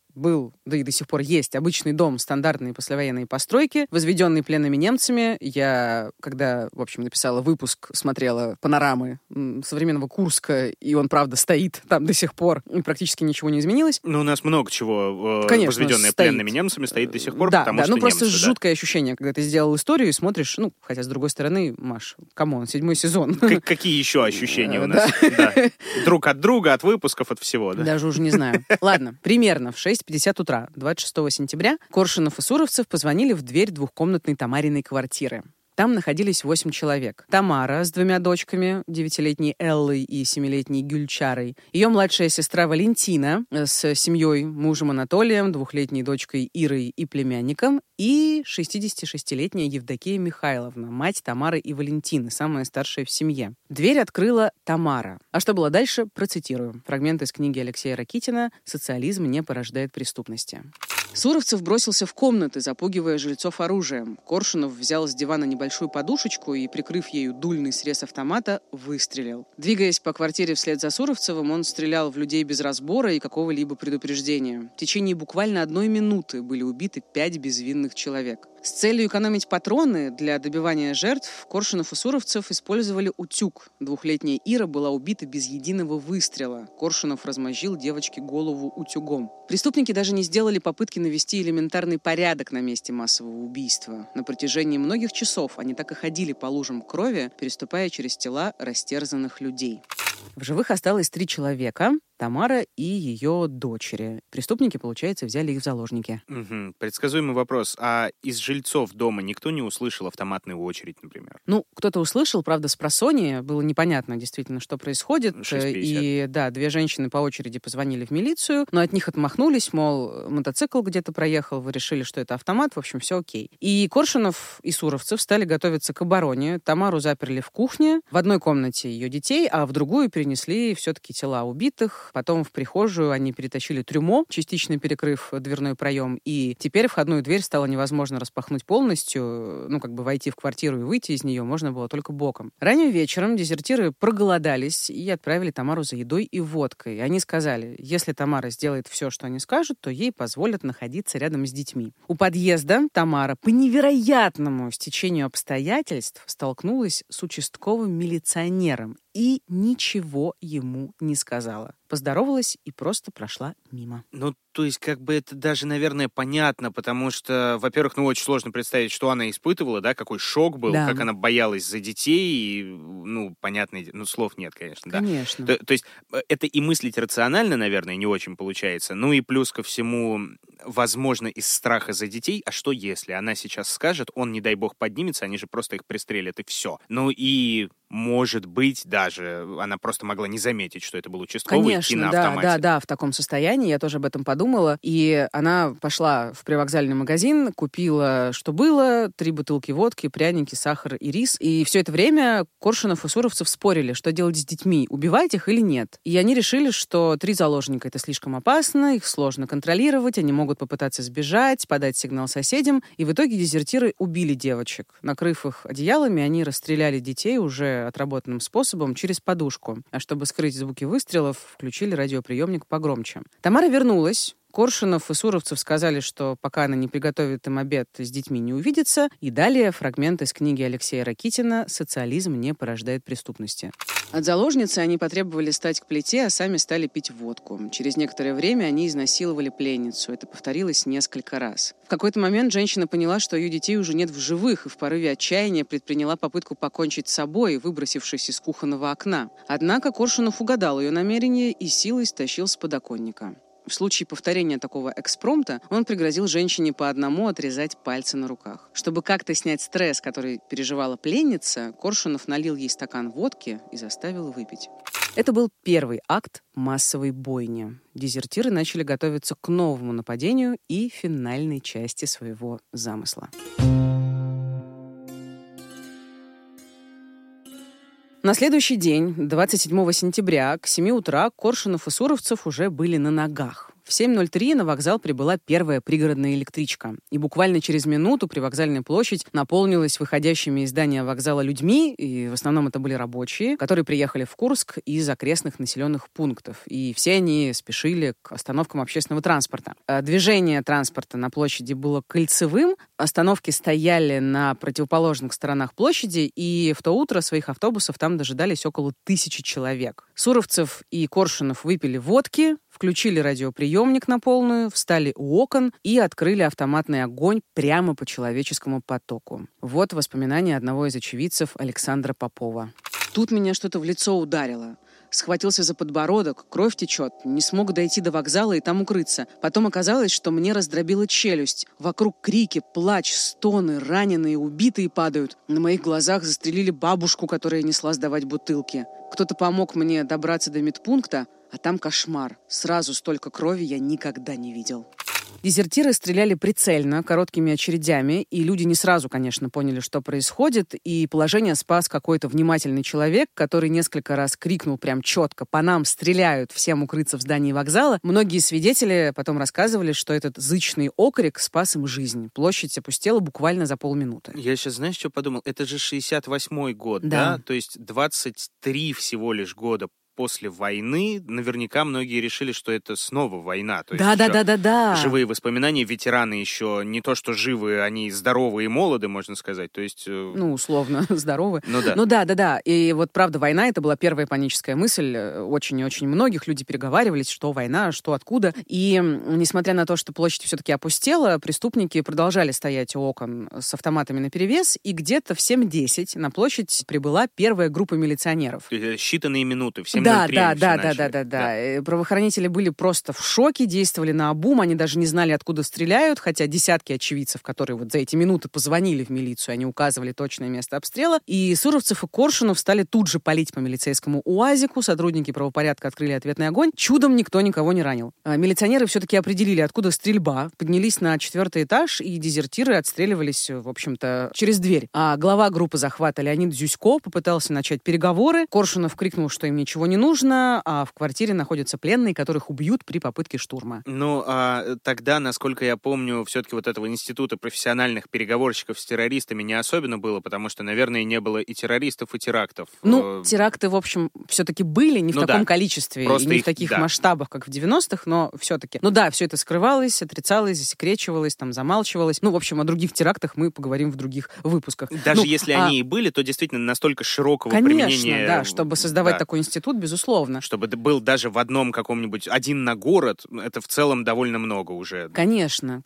был, да и до сих пор есть, обычный дом, стандартные послевоенные постройки, возведенный пленными немцами. Я, когда, в общем, написала выпуск, смотрела панорамы современного Курска, и он, правда, стоит там до сих пор, и практически ничего не изменилось. Ну, у нас много чего, возведенное пленными немцами, стоит до сих пор, потому что просто немцы, жуткое ощущение, когда ты сделал историю и смотришь, хотя, с другой стороны, Маш, камон, 7-й сезон. Какие еще ощущения у нас? Друг от друга, от выпусков, от всего, да? Даже уже не знаю. Ладно, примерно в 6:50 утра 26 сентября Коршунов и Суровцев позвонили в дверь двухкомнатной Тамариной квартиры. Там находились 8 человек. Тамара с 2 дочками, 9-летней Эллой и 7-летней Гюльчарой. Ее младшая сестра Валентина с семьей, мужем Анатолием, 2-летней дочкой Ирой и племянником. И 66-летняя Евдокия Михайловна, мать Тамары и Валентины, самая старшая в семье. Дверь открыла Тамара. А что было дальше, процитирую. Фрагмент из книги Алексея Ракитина «Социализм не порождает преступности». Суровцев бросился в комнаты, запугивая жильцов оружием. Коршунов взял с дивана небольшую подушечку и, прикрыв ею дульный срез автомата, выстрелил. Двигаясь по квартире вслед за Суровцевым, он стрелял в людей без разбора и какого-либо предупреждения. В течение буквально 1 минуты были убиты 5 безвинных человек. С целью экономить патроны для добивания жертв Коршунов и Суровцев использовали утюг. 2-летняя Ира была убита без единого выстрела. Коршунов размозжил девочке голову утюгом. Преступники даже не сделали попытки навести элементарный порядок на месте массового убийства. На протяжении многих часов они так и ходили по лужам крови, переступая через тела растерзанных людей. В живых осталось 3 человека. Тамара и ее дочери. Преступники, получается, взяли их в заложники. Угу. Предсказуемый вопрос. А из жильцов дома никто не услышал автоматную очередь, например? Кто-то услышал, правда, спросонья. Было непонятно действительно, что происходит. 6:50. И, 2 женщины по очереди позвонили в милицию, но от них отмахнулись, мол, мотоцикл где-то проехал, вы решили, что это автомат, в общем, все окей. И Коршунов и Суровцев стали готовиться к обороне. Тамару заперли в кухне, в одной комнате ее детей, а в другую перенесли все-таки тела убитых. Потом в прихожую они перетащили трюмо, частично перекрыв дверной проем, и теперь входную дверь стало невозможно распахнуть полностью, войти в квартиру и выйти из нее можно было только боком. Ранним вечером дезертиры проголодались и отправили Тамару за едой и водкой. Они сказали, если Тамара сделает все, что они скажут, то ей позволят находиться рядом с детьми. У подъезда Тамара по невероятному стечению обстоятельств столкнулась с участковым милиционером и ничего ему не сказала. Поздоровалась и просто прошла мимо. То есть, это даже, наверное, понятно, потому что, во-первых, очень сложно представить, что она испытывала, да, какой шок был, да. Как она боялась за детей, и, понятно, слов нет, конечно, да. Конечно. То есть, это и мыслить рационально, наверное, не очень получается, и плюс ко всему, возможно, из страха за детей, а что если она сейчас скажет, он, не дай бог, поднимется, они же просто их пристрелят, и все. И, может быть, даже она просто могла не заметить, что это был участковый, конечно, и на автомате. Да, в таком состоянии, я тоже об этом подумала, и она пошла в привокзальный магазин, купила, что было, 3 бутылки водки, пряники, сахар и рис, и все это время Коршунов и Суровцев спорили, что делать с детьми, убивать их или нет. И они решили, что 3 заложника — это слишком опасно, их сложно контролировать, они могут попытаться сбежать, подать сигнал соседям, и в итоге дезертиры убили девочек. Накрыв их одеялами, они расстреляли детей уже отработанным способом через подушку. А чтобы скрыть звуки выстрелов, включили радиоприемник погромче. Тамара вернулась. Коршунов и Суровцев сказали, что пока она не приготовит им обед, с детьми не увидится. И далее фрагмент из книги Алексея Ракитина «Социализм не порождает преступности». От заложницы они потребовали стать к плите, а сами стали пить водку. Через некоторое время они изнасиловали пленницу. Это повторилось несколько раз. В какой-то момент женщина поняла, что ее детей уже нет в живых, и в порыве отчаяния предприняла попытку покончить с собой, выбросившись из кухонного окна. Однако Коршунов угадал ее намерение и силой стащил с подоконника. В случае повторения такого экспромта он пригрозил женщине по одному отрезать пальцы на руках. Чтобы как-то снять стресс, который переживала пленница, Коршунов налил ей стакан водки и заставил выпить. Это был первый акт массовой бойни. Дезертиры начали готовиться к новому нападению и финальной части своего замысла. На следующий день, 27 сентября, к 7 утра, Коршунов и Суровцев уже были на ногах. В 7:03 на вокзал прибыла первая пригородная электричка. И буквально через минуту привокзальная площадь наполнилась выходящими из здания вокзала людьми, и в основном это были рабочие, которые приехали в Курск из окрестных населенных пунктов. И все они спешили к остановкам общественного транспорта. Движение транспорта на площади было кольцевым, остановки стояли на противоположных сторонах площади, и в то утро своих автобусов там дожидались около 1000 человек. Суровцев и Коршунов выпили водки, включили радиоприемник на полную, встали у окон и открыли автоматный огонь прямо по человеческому потоку. Вот воспоминания одного из очевидцев Александра Попова. Тут меня что-то в лицо ударило. Схватился за подбородок, кровь течет, не смог дойти до вокзала и там укрыться. Потом оказалось, что мне раздробила челюсть. Вокруг крики, плач, стоны, раненые, убитые падают. На моих глазах застрелили бабушку, которая несла сдавать бутылки. Кто-то помог мне добраться до медпункта, а там кошмар. Сразу столько крови я никогда не видел. Дезертиры стреляли прицельно, короткими очередями, и люди не сразу, конечно, поняли, что происходит, и положение спас какой-то внимательный человек, который несколько раз крикнул прям четко: «По нам стреляют, всем укрыться в здании вокзала». Многие свидетели потом рассказывали, что этот зычный окрик спас им жизнь. Площадь опустела буквально за полминуты. Я сейчас, знаешь, что подумал? Это же 68-й год, да? То есть 23 всего лишь года после войны. Наверняка многие решили, что это снова война. То есть да. Живые воспоминания, ветераны еще не то что живые, они здоровые и молоды, можно сказать. То есть... условно, здоровы. Ну да. И вот правда, война, это была первая паническая мысль очень и очень многих. Люди переговаривались, что война, что откуда. И несмотря на то, что площадь все-таки опустела, преступники продолжали стоять у окон с автоматами наперевес, и где-то в 7:10 на площадь прибыла первая группа милиционеров. Считанные минуты, в 7:03 Да. Правоохранители были просто в шоке, действовали наобум, они даже не знали, откуда стреляют, хотя десятки очевидцев, которые вот за эти минуты позвонили в милицию, они указывали точное место обстрела. И Суровцев и Коршунов стали тут же палить по милицейскому УАЗику, сотрудники правопорядка открыли ответный огонь. Чудом никто никого не ранил. Милиционеры все-таки определили, откуда стрельба, поднялись на 4-й этаж, и дезертиры отстреливались, в общем-то, через дверь. А глава группы захвата Леонид Зюсько попытался начать переговоры. Коршунов крикнул, что им ничего не нужно, а в квартире находятся пленные, которых убьют при попытке штурма. Тогда, насколько я помню, все-таки вот этого института профессиональных переговорщиков с террористами не особенно было, потому что, наверное, не было и террористов, и терактов. Теракты, в общем, все-таки были, не в таком количестве, просто и не в таких масштабах, как в 90-х, но все-таки. Все это скрывалось, отрицалось, засекречивалось, замалчивалось. В общем, о других терактах мы поговорим в других выпусках. Даже если они и были, то действительно настолько широкого применения... Конечно, да, чтобы создавать такой институт, безусловно. Чтобы был даже в одном каком-нибудь один на город, это в целом довольно много уже. Конечно.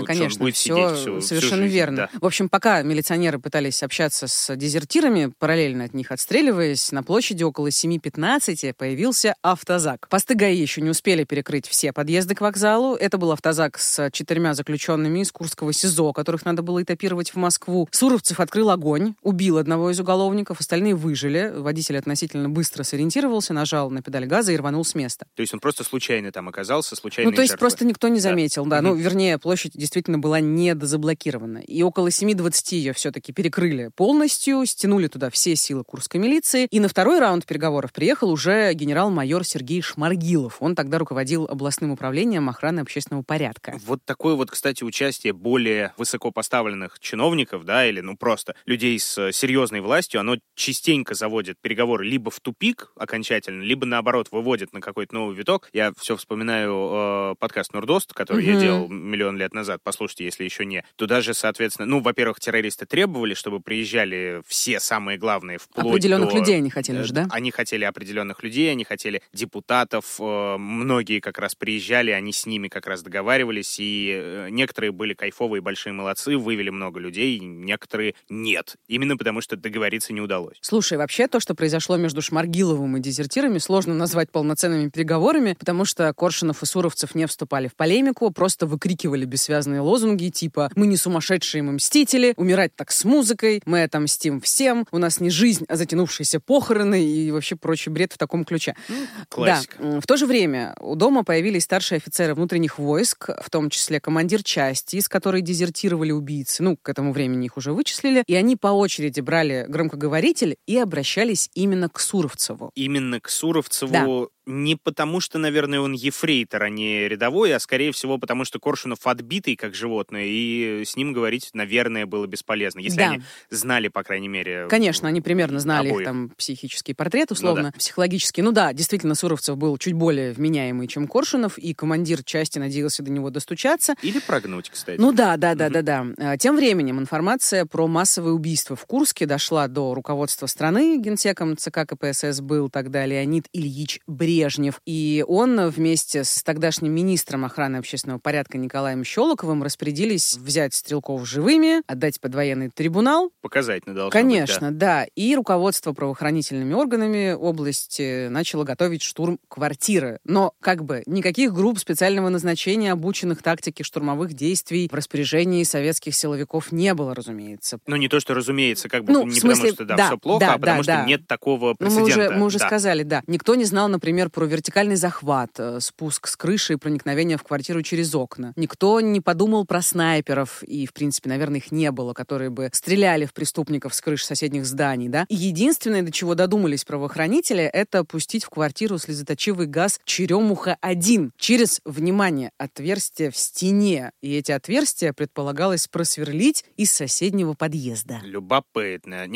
Все совершенно верно. Да. В общем, пока милиционеры пытались общаться с дезертирами, параллельно от них отстреливаясь, на площади около 7:15 появился автозак. Посты ГАИ еще не успели перекрыть все подъезды к вокзалу. Это был автозак с 4 заключенными из Курского СИЗО, которых надо было этапировать в Москву. Суровцев открыл огонь, убил одного из уголовников, остальные выжили. Водитель относительно быстро сориентировался, нажал на педаль газа и рванул с места. То есть он просто случайно там оказался, случайно. То есть просто никто не заметил, да. Вернее, площадь действительно была недозаблокирована. И около 7:20 ее все-таки перекрыли полностью, стянули туда все силы курской милиции. И на второй раунд переговоров приехал уже генерал-майор Сергей Шмаргилов. Он тогда руководил областным управлением охраны общественного порядка. Вот такое вот, кстати, участие более высокопоставленных чиновников, да, или просто людей с серьезной властью, оно частенько заводит переговоры либо в тупик окончательно, либо наоборот выводит на какой-то новый виток. Я все вспоминаю подкаст «Нордост», который я делал миллион лет назад, послушайте, если еще не. Туда же, соответственно, во-первых, террористы требовали, чтобы приезжали все самые главные вплоть определенных людей они хотели же, да? Они хотели определенных людей, они хотели депутатов, многие как раз приезжали, они с ними как раз договаривались, и некоторые были кайфовые, большие молодцы, вывели много людей, некоторые нет. Именно потому, что договориться не удалось. Слушай, вообще то, что произошло между Шмаргиловым и дезертирами, сложно назвать полноценными переговорами, потому что Коршунов и Суровцев не вступали в полемику, просто выкрикивали бессвязные лозунги типа «Мы не сумасшедшие, мы мстители», «Умирать так с музыкой», «Мы отомстим всем», «У нас не жизнь, а затянувшиеся похороны» и вообще прочий бред в таком ключе. Классика. Да. В то же время у дома появились старшие офицеры внутренних войск, в том числе командир части, из которой дезертировали убийцы. К этому времени их уже вычислили, и они по очереди брали громкоговоритель и обращались именно к Суровцеву. Именно к Суровцеву. не потому, что, наверное, он ефрейтор, а не рядовой, а скорее всего потому, что Коршунов отбитый как животное, и с ним говорить, наверное, было бесполезно. Если они знали, по крайней мере... Конечно, они примерно знали их там психический портрет, условно, психологический. Ну да, действительно, Суровцев был чуть более вменяемый, чем Коршунов, и командир части надеялся до него достучаться. Или прогнуть, кстати. Ну да. Тем временем информация про массовые убийства в Курске дошла до руководства страны. Генсеком ЦК КПСС был тогда Леонид Ильич Брежнев. И он вместе с тогдашним министром охраны общественного порядка Николаем Щелоковым распорядились взять стрелков живыми, отдать под военный трибунал. Показательно должно Конечно, быть, да. И руководство правоохранительными органами области начало готовить штурм квартиры. Но никаких групп специального назначения, обученных тактике штурмовых действий в распоряжении советских силовиков не было, разумеется. Ну, не то, что разумеется, не потому что все плохо, а потому что нет такого прецедента. Мы уже сказали, Никто не знал, например, про вертикальный захват, спуск с крыши и проникновение в квартиру через окна. Никто не подумал про снайперов, и, в принципе, наверное, их не было, которые бы стреляли в преступников с крыш соседних зданий, да. И единственное, до чего додумались правоохранители, это пустить в квартиру слезоточивый газ «Черемуха-1» через, внимание, отверстие в стене. И эти отверстия предполагалось просверлить из соседнего подъезда. Любопытно.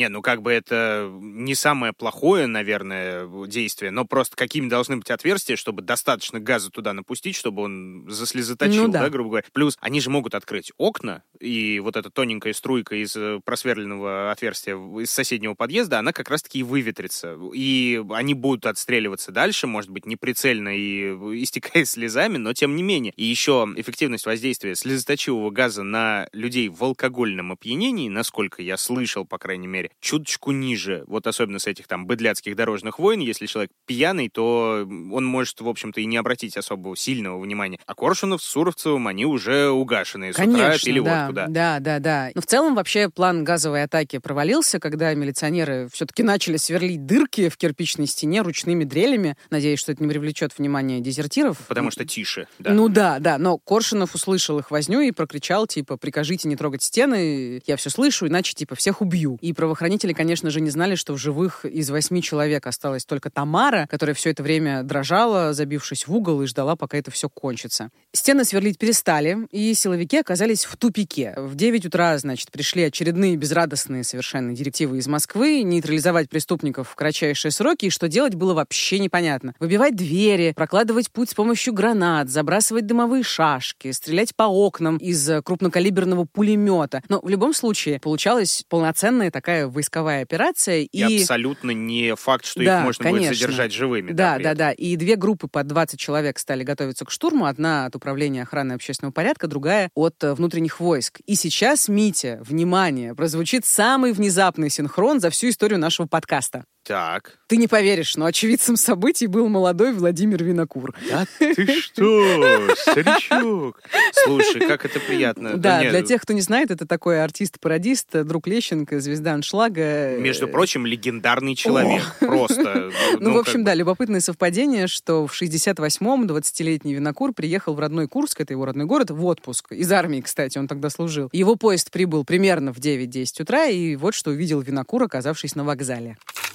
Это не самое плохое, наверное, действие, но просто какими должны быть отверстия, чтобы достаточно газа туда напустить, чтобы он заслезоточил, грубо говоря. Плюс они же могут открыть окна, и вот эта тоненькая струйка из просверленного отверстия из соседнего подъезда, она как раз-таки и выветрится. И они будут отстреливаться дальше, может быть, неприцельно и истекая слезами, но тем не менее. И еще эффективность воздействия слезоточивого газа на людей в алкогольном опьянении, насколько я слышал, по крайней мере, чуточку ниже, вот особенно с этих там быдляцких дорожных войн. Если человек пьяный, то он может, в общем-то, и не обратить особого сильного внимания. А Коршунов с Суровцевым, они уже угашенные. С утра пили водку, Да. Но в целом вообще план газовой атаки провалился, когда милиционеры все-таки начали сверлить дырки в кирпичной стене ручными дрелями. Надеюсь, что это не привлечет внимание дезертиров. Потому что тише, да. Но Коршунов услышал их возню и прокричал, прикажите не трогать стены, я все слышу, иначе, всех убью. И правоохранители, конечно же, не знали, что в живых из 8 человек осталась только Тамара, которая все это время дрожала, забившись в угол, и ждала, пока это все кончится. Стены сверлить перестали, и силовики оказались в тупике. В 9 утра, пришли очередные безрадостные совершенно директивы из Москвы нейтрализовать преступников в кратчайшие сроки, и что делать было вообще непонятно. Выбивать двери, прокладывать путь с помощью гранат, забрасывать дымовые шашки, стрелять по окнам из крупнокалиберного пулемета. Но в любом случае получалась полноценная такая войсковая операция. И абсолютно не факт, что их можно будет задержать живыми. Да. И 2 группы по 20 человек стали готовиться к штурму. Одна от Управления охраны общественного порядка, другая от внутренних войск. И сейчас, Митя, внимание, прозвучит самый внезапный синхрон за всю историю нашего подкаста. Так. Ты не поверишь, но очевидцем событий был молодой Владимир Винокур. Да ты что, старичок? Слушай, как это приятно. Да, для тех, кто не знает, это такой артист-пародист, друг Лещенко, звезда аншлага. Между прочим, легендарный человек. Просто. В общем, любопытное совпадение, что в 68-м 20-летний Винокур приехал в родной Курск, это его родной город, в отпуск. Из армии, кстати, он тогда служил. Его поезд прибыл примерно в 9-10 утра, и вот что увидел Винокур, оказавшись на вокзале.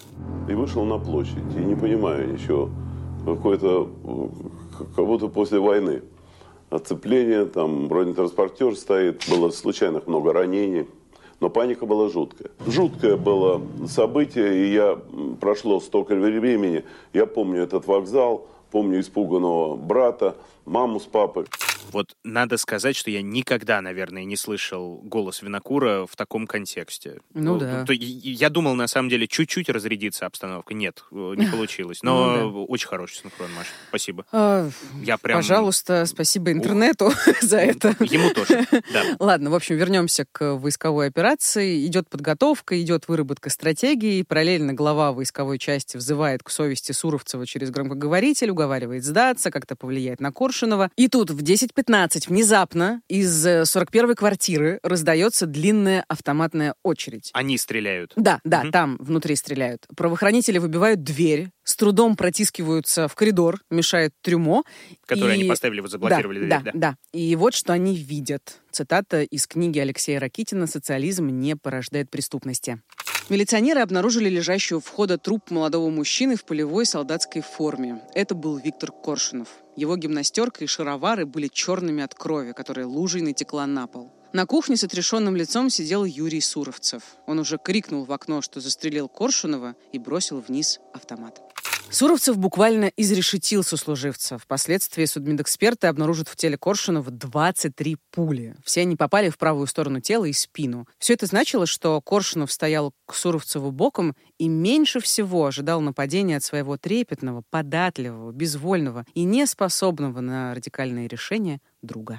И вышел на площадь, и не понимаю ничего, как будто после войны. Оцепление, там бронетранспортер стоит, было случайных много ранений, но паника была жуткая. Жуткое было событие, и прошло столько времени, я помню этот вокзал, помню испуганного брата, маму с папой. Вот надо сказать, что я никогда, наверное, не слышал голос Винокура в таком контексте. Да. Я думал, на самом деле, чуть-чуть разрядится обстановка. Нет, не получилось. Но очень хороший синхрон, Маша. Спасибо. Пожалуйста, спасибо интернету за это. Ему тоже, да. Ладно, в общем, вернемся к войсковой операции. Идет подготовка, идет выработка стратегии. Параллельно глава войсковой части взывает к совести Суровцева через громкоговоритель, уговаривает сдаться, как-то повлиять на Коршунова. И тут в 10:15 внезапно из 41-й квартиры раздается длинная автоматная очередь. Они стреляют? Да, там внутри стреляют. Правоохранители выбивают дверь, с трудом протискиваются в коридор, мешает трюмо. Который они поставили, вот заблокировали дверь. Да. И вот что они видят. Цитата из книги Алексея Ракитина «Социализм не порождает преступности». Милиционеры обнаружили лежащего у входа труп молодого мужчины в полевой солдатской форме. Это был Виктор Коршунов. Его гимнастерка и шаровары были черными от крови, которая лужей натекла на пол. На кухне с отрешенным лицом сидел Юрий Суровцев. Он уже крикнул в окно, что застрелил Коршунова, и бросил вниз автомат. Суровцев буквально изрешетил сослуживца. Впоследствии судмедэксперты обнаружат в теле Коршунова 23 пули. Все они попали в правую сторону тела и спину. Все это значило, что Коршунов стоял к Суровцеву боком и меньше всего ожидал нападения от своего трепетного, податливого, безвольного и неспособного на радикальные решения друга.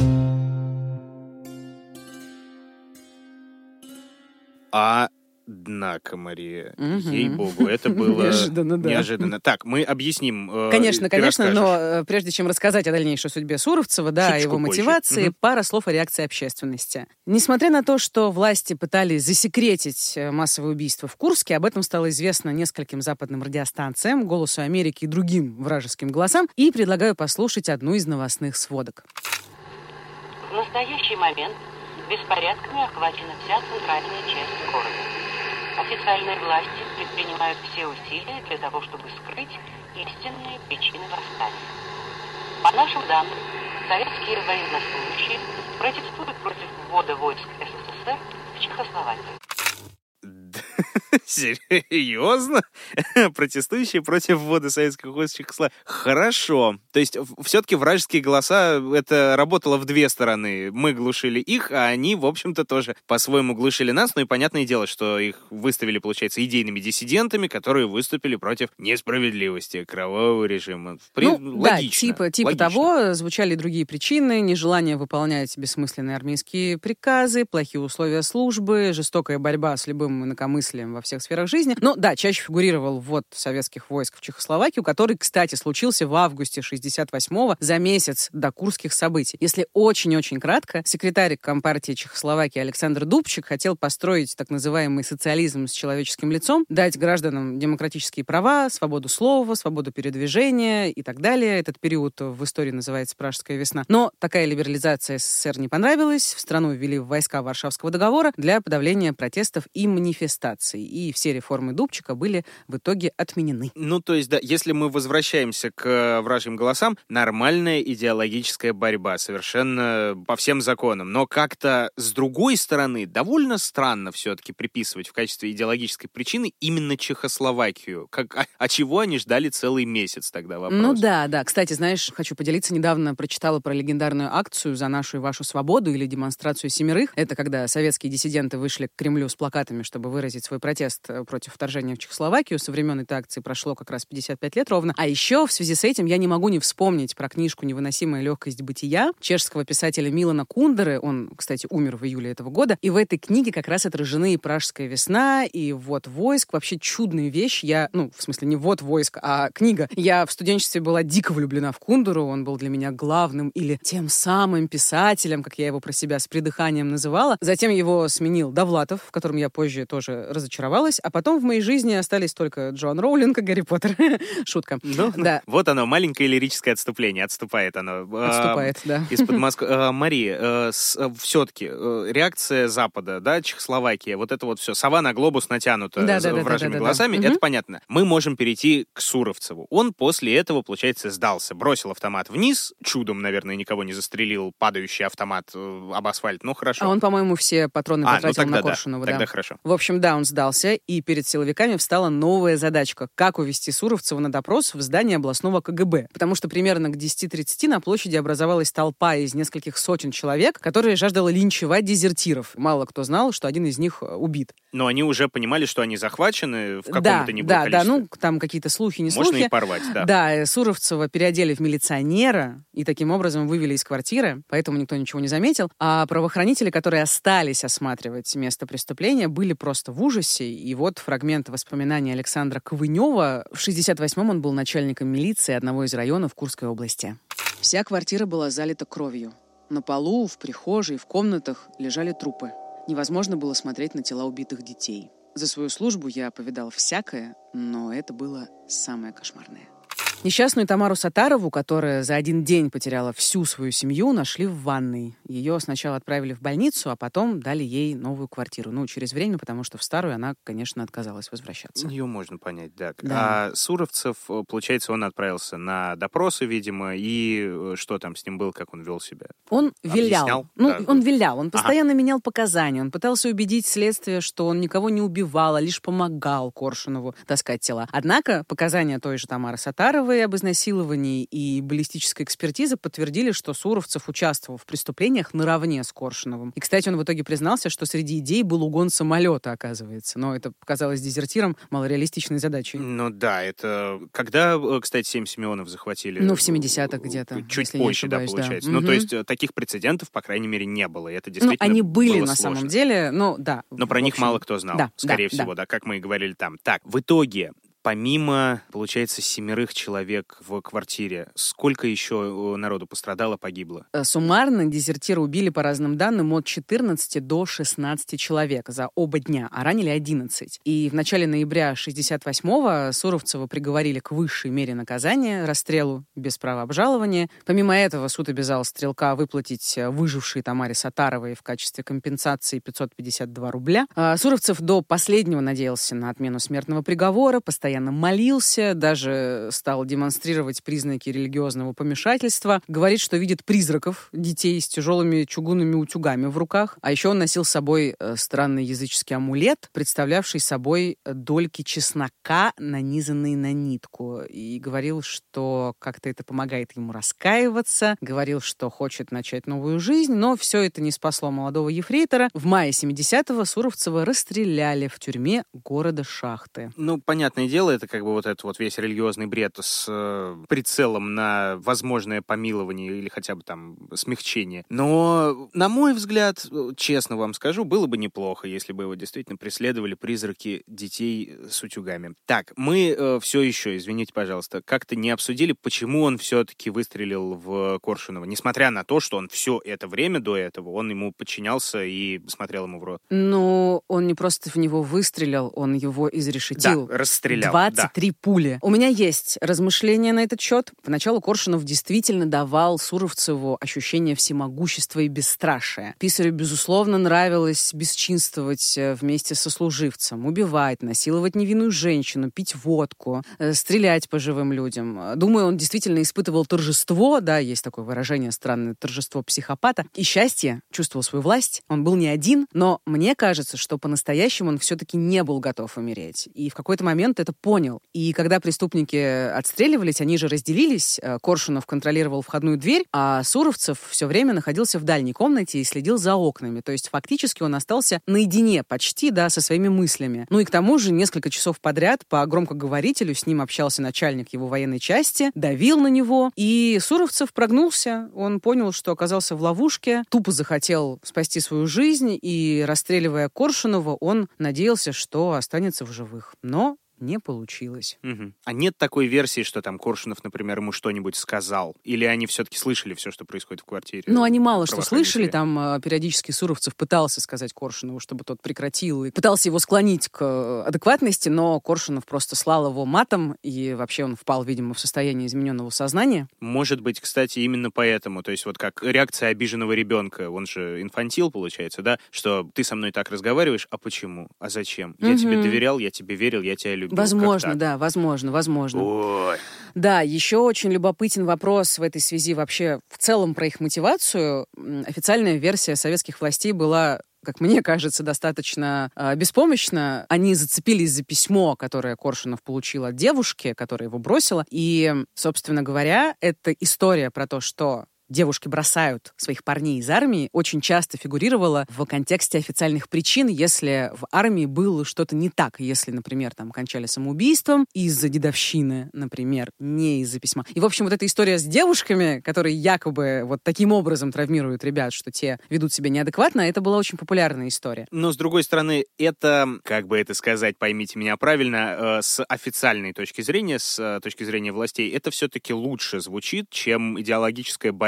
Однако, Мария, ей-богу, это было неожиданно. Так, мы объясним. Конечно, но прежде чем рассказать о дальнейшей судьбе Суровцева, о его мотивации, пара слов о реакции общественности. Несмотря на то, что власти пытались засекретить массовое убийство в Курске, об этом стало известно нескольким западным радиостанциям, «Голосу Америки» и другим вражеским голосам, и предлагаю послушать одну из новостных сводок. В настоящий момент беспорядками охвачена вся центральная часть города. Официальные власти предпринимают все усилия для того, чтобы скрыть истинные причины восстания. По нашим данным, советские военнослужащие протестуют против ввода войск СССР в Чехословакию. Серьезно? Протестующие против ввода советских войск в Чехословакию. Хорошо. То есть все-таки вражеские голоса, это работало в две стороны. Мы глушили их, а они, в общем-то, тоже по-своему глушили нас. Ну и понятное дело, что их выставили, получается, идейными диссидентами, которые выступили против несправедливости кровавого режима. Логично. Да, типа того, звучали другие причины: нежелание выполнять бессмысленные армейские приказы, плохие условия службы, жестокая борьба с любым инакомыслием во всех сферах жизни. Но да, чаще фигурировал ввод советских войск в Чехословакию, который, кстати, случился в августе 1968-го, за месяц до курских событий. Если очень-очень кратко, секретарь Компартии Чехословакии Александр Дубчик хотел построить так называемый социализм с человеческим лицом, дать гражданам демократические права, свободу слова, свободу передвижения и так далее. Этот период в истории называется «Пражская весна». Но такая либерализация СССР не понравилась. В страну ввели войска Варшавского договора для подавления протестов и манифестаций. И все реформы Дубчика были в итоге отменены. Ну, то есть, да, если мы возвращаемся к вражьим голосам, нормальная идеологическая борьба, совершенно по всем законам. Но как-то, с другой стороны, довольно странно все-таки приписывать в качестве идеологической причины именно Чехословакию. А чего они ждали целый месяц тогда, вопрос? Ну да. Кстати, знаешь, хочу поделиться, недавно прочитала про легендарную акцию «За нашу и вашу свободу» или демонстрацию семерых. Это когда советские диссиденты вышли к Кремлю с плакатами, чтобы выразить свой протест против вторжения в Чехословакию. Со времен этой акции прошло как раз 55 лет ровно. А еще в связи с этим я не могу не вспомнить про книжку «Невыносимая легкость бытия» чешского писателя Милана Кундеры. Он, кстати, умер в июле этого года. И в этой книге как раз отражены и Пражская весна, и ввод войск. Вообще чудная вещь. В смысле, не ввод войск, а книга. Я в студенчестве была дико влюблена в Кундеру. Он был для меня главным или тем самым писателем, как я его про себя с придыханием называла. Затем его сменил Довлатов, в котором я позже тоже разочаровалась. А потом в моей жизни остались только Джоан Роулинг и Гарри Поттер. Шутка. Да. Вот оно, маленькое лирическое отступление. Отступает оно. Отступает, да. Из-под Москвы. Мария, все-таки реакция Запада, да, Чехословакия, вот это вот все, сова на глобус натянута вражьими голосами, это понятно. Мы можем перейти к Суровцеву. Он после этого, получается, сдался, бросил автомат вниз, чудом, наверное, никого не застрелил, падающий автомат об асфальт, ну хорошо. А он, по-моему, все патроны потратил на Коршунова. Тогда хорошо. В общем, да, он сдался, и перед силовиками встала новая задачка: как увести Суровцева на допрос в здание областного КГБ. Потому что примерно к 10:30 на площади образовалась толпа из нескольких сотен человек, которая жаждала линчевать дезертиров. Мало кто знал, что один из них убит. Но они уже понимали, что они захвачены в каком-то количестве. Да, там какие-то слухи, не слухи. Можно и порвать, да. Да, Суровцева переодели в милиционера и таким образом вывели из квартиры, поэтому никто ничего не заметил. А правоохранители, которые остались осматривать место преступления, были просто в ужасе. И вот фрагмент воспоминаний Александра Ковынева. В 1968-м он был начальником милиции одного из районов Курской области. Вся квартира была залита кровью. На полу, в прихожей, в комнатах лежали трупы. Невозможно было смотреть на тела убитых детей. За свою службу я повидал всякое, но это было самое кошмарное. Несчастную Тамару Саттарову, которая за один день потеряла всю свою семью, нашли в ванной. Ее сначала отправили в больницу, а потом дали ей новую квартиру. Через время, потому что в старую она, конечно, отказалась возвращаться. Ее можно понять, да. А Суровцев, получается, он отправился на допросы, видимо, и что там с ним было, как он вел себя? Он вилял. Он вилял. Он постоянно менял показания. Он пытался убедить следствие, что он никого не убивал, а лишь помогал Коршунову таскать тела. Однако показания той же Тамары Саттаровой об изнасиловании и баллистической экспертизы подтвердили, что Суровцев участвовал в преступлениях наравне с Коршуновым. И, кстати, он в итоге признался, что среди идей был угон самолета, оказывается. Но это показалось дезертиром малореалистичной задачей. Да, это... Когда, кстати, 7 Симеонов захватили? В 70-х где-то. Чуть позже, да, получается. Да. То есть таких прецедентов, по крайней мере, не было. И это действительно они были было на сложно. самом деле, да. Но про них мало кто знал, скорее всего, как мы и говорили там. Так, в итоге... Помимо, получается, 7 человек в квартире, сколько еще народу пострадало, погибло? Суммарно дезертиры убили, по разным данным, от 14 до 16 человек за оба дня, а ранили 11. И в начале ноября 68-го Суровцева приговорили к высшей мере наказания, расстрелу без права обжалования. Помимо этого, суд обязал стрелка выплатить выжившей Тамаре Саттаровой в качестве компенсации 552 рубля. Суровцев до последнего надеялся на отмену смертного приговора, постоянно молился, даже стал демонстрировать признаки религиозного помешательства. Говорит, что видит призраков детей с тяжелыми чугунными утюгами в руках. А еще он носил с собой странный языческий амулет, представлявший собой дольки чеснока, нанизанные на нитку. И говорил, что как-то это помогает ему раскаиваться. Говорил, что хочет начать новую жизнь. Но все это не спасло молодого ефрейтора. В мае 70-го Суровцева расстреляли в тюрьме города Шахты. Понятное дело, это как бы вот этот вот весь религиозный бред с прицелом на возможное помилование или хотя бы там смягчение. Но, на мой взгляд, честно вам скажу, было бы неплохо, если бы его действительно преследовали призраки детей с утюгами. Так, мы все еще, извините, пожалуйста, как-то не обсудили, почему он все-таки выстрелил в Коршунова, несмотря на то, что он все это время до этого, он ему подчинялся и смотрел ему в рот. Он не просто в него выстрелил, он его изрешетил. Да, расстрелял. 23 пули. У меня есть размышления на этот счет. Поначалу Коршунов действительно давал Суровцеву ощущение всемогущества и бесстрашия. Писарю, безусловно, нравилось бесчинствовать вместе со служивцем, убивать, насиловать невинную женщину, пить водку, стрелять по живым людям. Думаю, он действительно испытывал торжество, есть такое выражение странное, торжество психопата, и счастье, чувствовал свою власть. Он был не один, но мне кажется, что по-настоящему он все-таки не был готов умереть. И в какой-то момент это понял. И когда преступники отстреливались, они же разделились. Коршунов контролировал входную дверь, а Суровцев все время находился в дальней комнате и следил за окнами. То есть фактически он остался наедине почти, со своими мыслями. И к тому же несколько часов подряд по громкоговорителю с ним общался начальник его военной части, давил на него. И Суровцев прогнулся. Он понял, что оказался в ловушке, тупо захотел спасти свою жизнь, и, расстреливая Коршунова, он надеялся, что останется в живых. Но не получилось. Угу. А нет такой версии, что там Коршунов, например, ему что-нибудь сказал? Или они все-таки слышали все, что происходит в квартире? Они мало что слышали. Там периодически Суровцев пытался сказать Коршунову, чтобы тот прекратил. И пытался его склонить к адекватности, но Коршунов просто слал его матом, и вообще он впал, видимо, в состояние измененного сознания. Может быть, кстати, именно поэтому. То есть вот как реакция обиженного ребенка. Он же инфантил, получается, да? Что ты со мной так разговариваешь, а почему? А зачем? Я тебе доверял, я тебе верил, я тебя любил. Возможно, возможно. Ой. Да, еще очень любопытен вопрос в этой связи вообще в целом про их мотивацию. Официальная версия советских властей была, как мне кажется, достаточно беспомощна. Они зацепились за письмо, которое Коршунов получил от девушки, которая его бросила. И, собственно говоря, это история про то, что девушки бросают своих парней из армии, очень часто фигурировала в контексте официальных причин, если в армии было что-то не так. Если, например, там кончали самоубийством из-за дедовщины, например, не из-за письма. И, в общем, вот эта история с девушками, которые якобы вот таким образом травмируют ребят, что те ведут себя неадекватно, это была очень популярная история. Но, с другой стороны, это, как бы это сказать, поймите меня правильно, с официальной точки зрения, с точки зрения властей, это все-таки лучше звучит, чем идеологическая борьба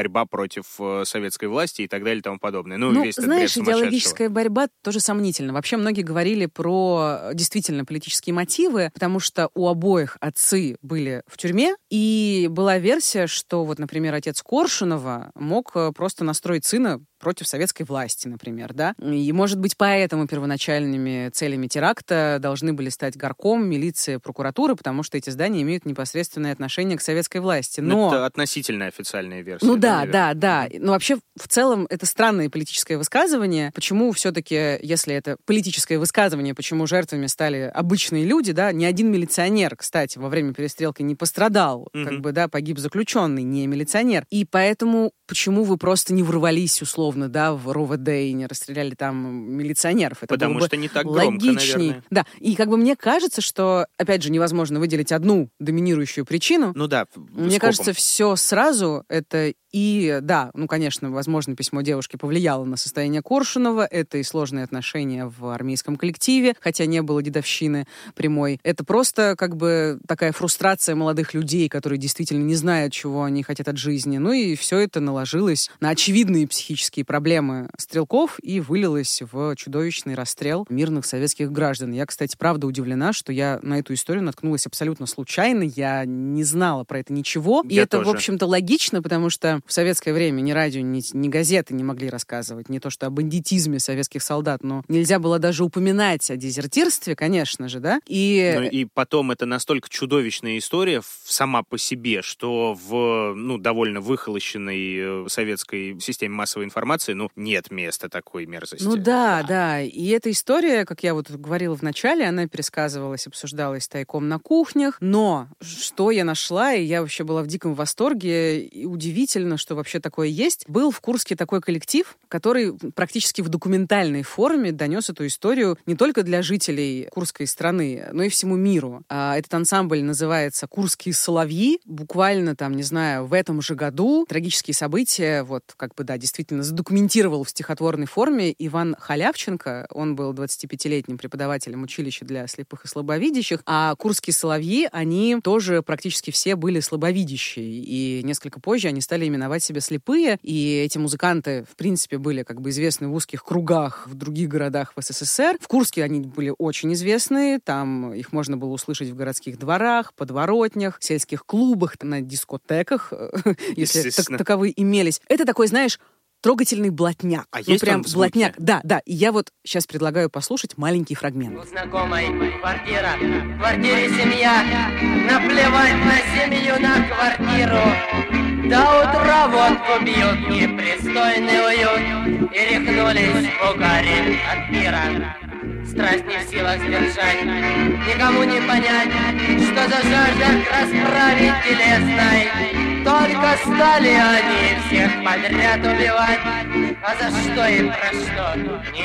борьба против советской власти и так далее и тому подобное. Ну, весь этот знаешь, бред идеологическая борьба тоже сомнительна. Вообще многие говорили про действительно политические мотивы, потому что у обоих отцы были в тюрьме, и была версия, что вот, например, отец Коршунова мог просто настроить сына против советской власти, например, да? И, может быть, поэтому первоначальными целями теракта должны были стать горком, милиция, прокуратура, потому что эти здания имеют непосредственное отношение к советской власти. Но это относительно официальная версия. Ну да. Но вообще, в целом, это странное политическое высказывание. Почему все-таки, если это политическое высказывание, почему жертвами стали обычные люди, да? Ни один милиционер, кстати, во время перестрелки не пострадал, погиб заключенный, не милиционер. И поэтому почему вы просто не ворвались, условно, в РОВД и не расстреляли там милиционеров? Это потому что не так громко, логичней. наверное. Да, и мне кажется, что, опять же, невозможно выделить одну доминирующую причину. Мне кажется, все сразу это и, да, конечно, возможно, письмо девушки повлияло на состояние Коршунова, это и сложные отношения в армейском коллективе, хотя не было дедовщины прямой. Это просто такая фрустрация молодых людей, которые действительно не знают, чего они хотят от жизни. И все это наложилось на очевидные психические проблемы стрелков и вылилось в чудовищный расстрел мирных советских граждан. Я, кстати, правда удивлена, что я на эту историю наткнулась абсолютно случайно, я не знала про это ничего. И это, в общем-то, логично, потому что в советское время ни радио, ни газеты не могли рассказывать не то что о бандитизме советских солдат, но нельзя было даже упоминать о дезертирстве, конечно же, да? И потом это настолько чудовищная история сама по себе, что в довольно выхолощенной советской системе массовой информации нет места такой мерзости. Да. И эта история, как я говорила в начале, она пересказывалась, обсуждалась тайком на кухнях, но что я нашла, и я вообще была в диком восторге, и удивительно, что вообще такое есть. Был в Курске такой коллектив, который практически в документальной форме донес эту историю не только для жителей Курской страны, но и всему миру. Этот ансамбль называется «Курские соловьи». Буквально в этом же году трагические события, действительно задокументировал в стихотворной форме Иван Халявченко. Он был 25-летним преподавателем училища для слепых и слабовидящих. А «Курские соловьи», они тоже практически все были слабовидящие. И несколько позже они стали именовать себя слепые. И эти музыканты, в принципе, были известны в узких кругах в других городах в СССР. В Курске они были очень известны. Там их можно было услышать в городских дворах, подворотнях, сельских клубах, на дискотеках, если таковые имелись. Это такой, трогательный блатняк. Есть прям блатняк. Да. И я сейчас предлагаю послушать маленький фрагмент. У знакомой квартира, в квартире семья, наплевать на семью, на квартиру. До утра водку бьют, непристойный уют, и рехнулись в угаре от пира. Страсть не в силах сдержать, никому не понять, что за жажда к расправе телесной. Только стали они всех подряд убивать, а за что и про что,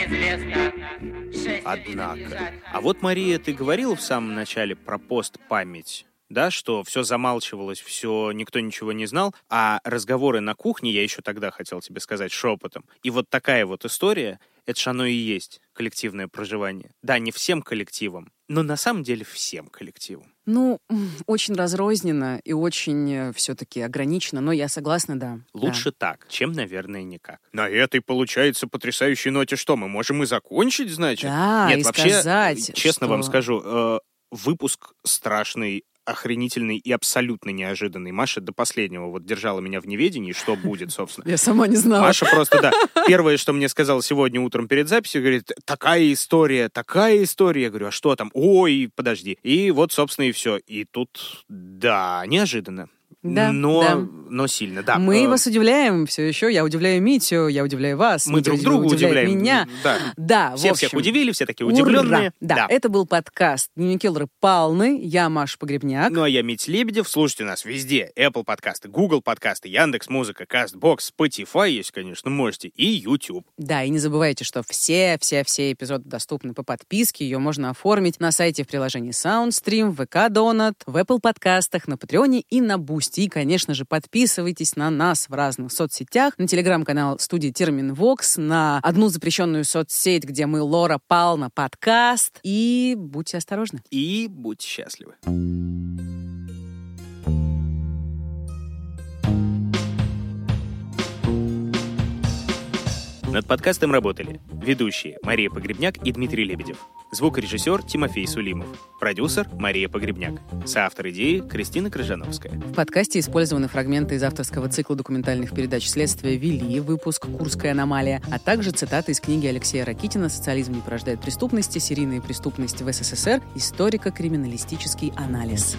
неизвестно. Однако. А Мария, ты говорила в самом начале про постпамять, да, что все замалчивалось, все, никто ничего не знал, а разговоры на кухне, я еще тогда хотел тебе сказать шепотом, и такая история, это ж оно и есть, коллективное проживание. Да, не всем коллективам, но на самом деле всем коллективам. Очень разрозненно и очень все-таки ограничено, но я согласна, да. Лучше так, чем, наверное, никак. На этой, получается, потрясающей ноте что, мы можем и закончить, значит? Да, нет, и вообще, сказать, честно что... вам скажу, выпуск страшный, охренительный и абсолютно неожиданный. Маша до последнего держала меня в неведении, что будет, собственно. Я сама не знала. Маша просто, да. Первое, что мне сказала сегодня утром перед записью, говорит, такая история. Я говорю, а что там? Ой, подожди. И собственно, и все. И тут, да, неожиданно. Да, но сильно, да. Мы вас удивляем все еще. Я удивляю Митю, я удивляю вас. Мы друг друга удивляем. Меня. Да, все всех удивили, все такие удивленные. Да, это был подкаст «Дневники Лоры Палны». Я Маша Погребняк. А я Митя Лебедев. Слушайте нас везде. Apple подкасты, Google подкасты, Яндекс.Музыка, Castbox, Spotify, если, конечно, можете, и YouTube. Да, и не забывайте, что все эпизоды доступны по подписке. Ее можно оформить на сайте в приложении SoundStream, в ВК Донат, в Apple подкастах, на Патреоне и на Boosty. И, конечно же, подписывайтесь на нас в разных соцсетях, на телеграм-канал студии Терминвокс, на одну запрещенную соцсеть, где мы Лора Пална подкаст. И будьте осторожны. И будьте счастливы. Над подкастом работали ведущие Мария Погребняк и Дмитрий Лебедев, звукорежиссер Тимофей Сулимов, продюсер Мария Погребняк, соавтор идеи Кристина Крыжановская. В подкасте использованы фрагменты из авторского цикла документальных передач «Следствие вели», выпуск «Курская аномалия», а также цитаты из книги Алексея Ракитина «Социализм не порождает преступности. Серийные преступности в СССР. Историко-криминалистический анализ».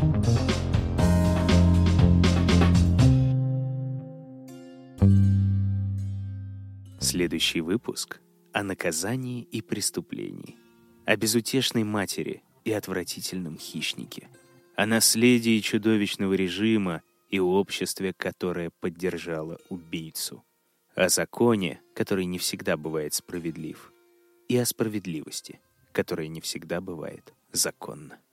Следующий выпуск о наказании и преступлении, о безутешной матери и отвратительном хищнике, о наследии чудовищного режима и обществе, которое поддержало убийцу, о законе, который не всегда бывает справедлив, и о справедливости, которая не всегда бывает законна.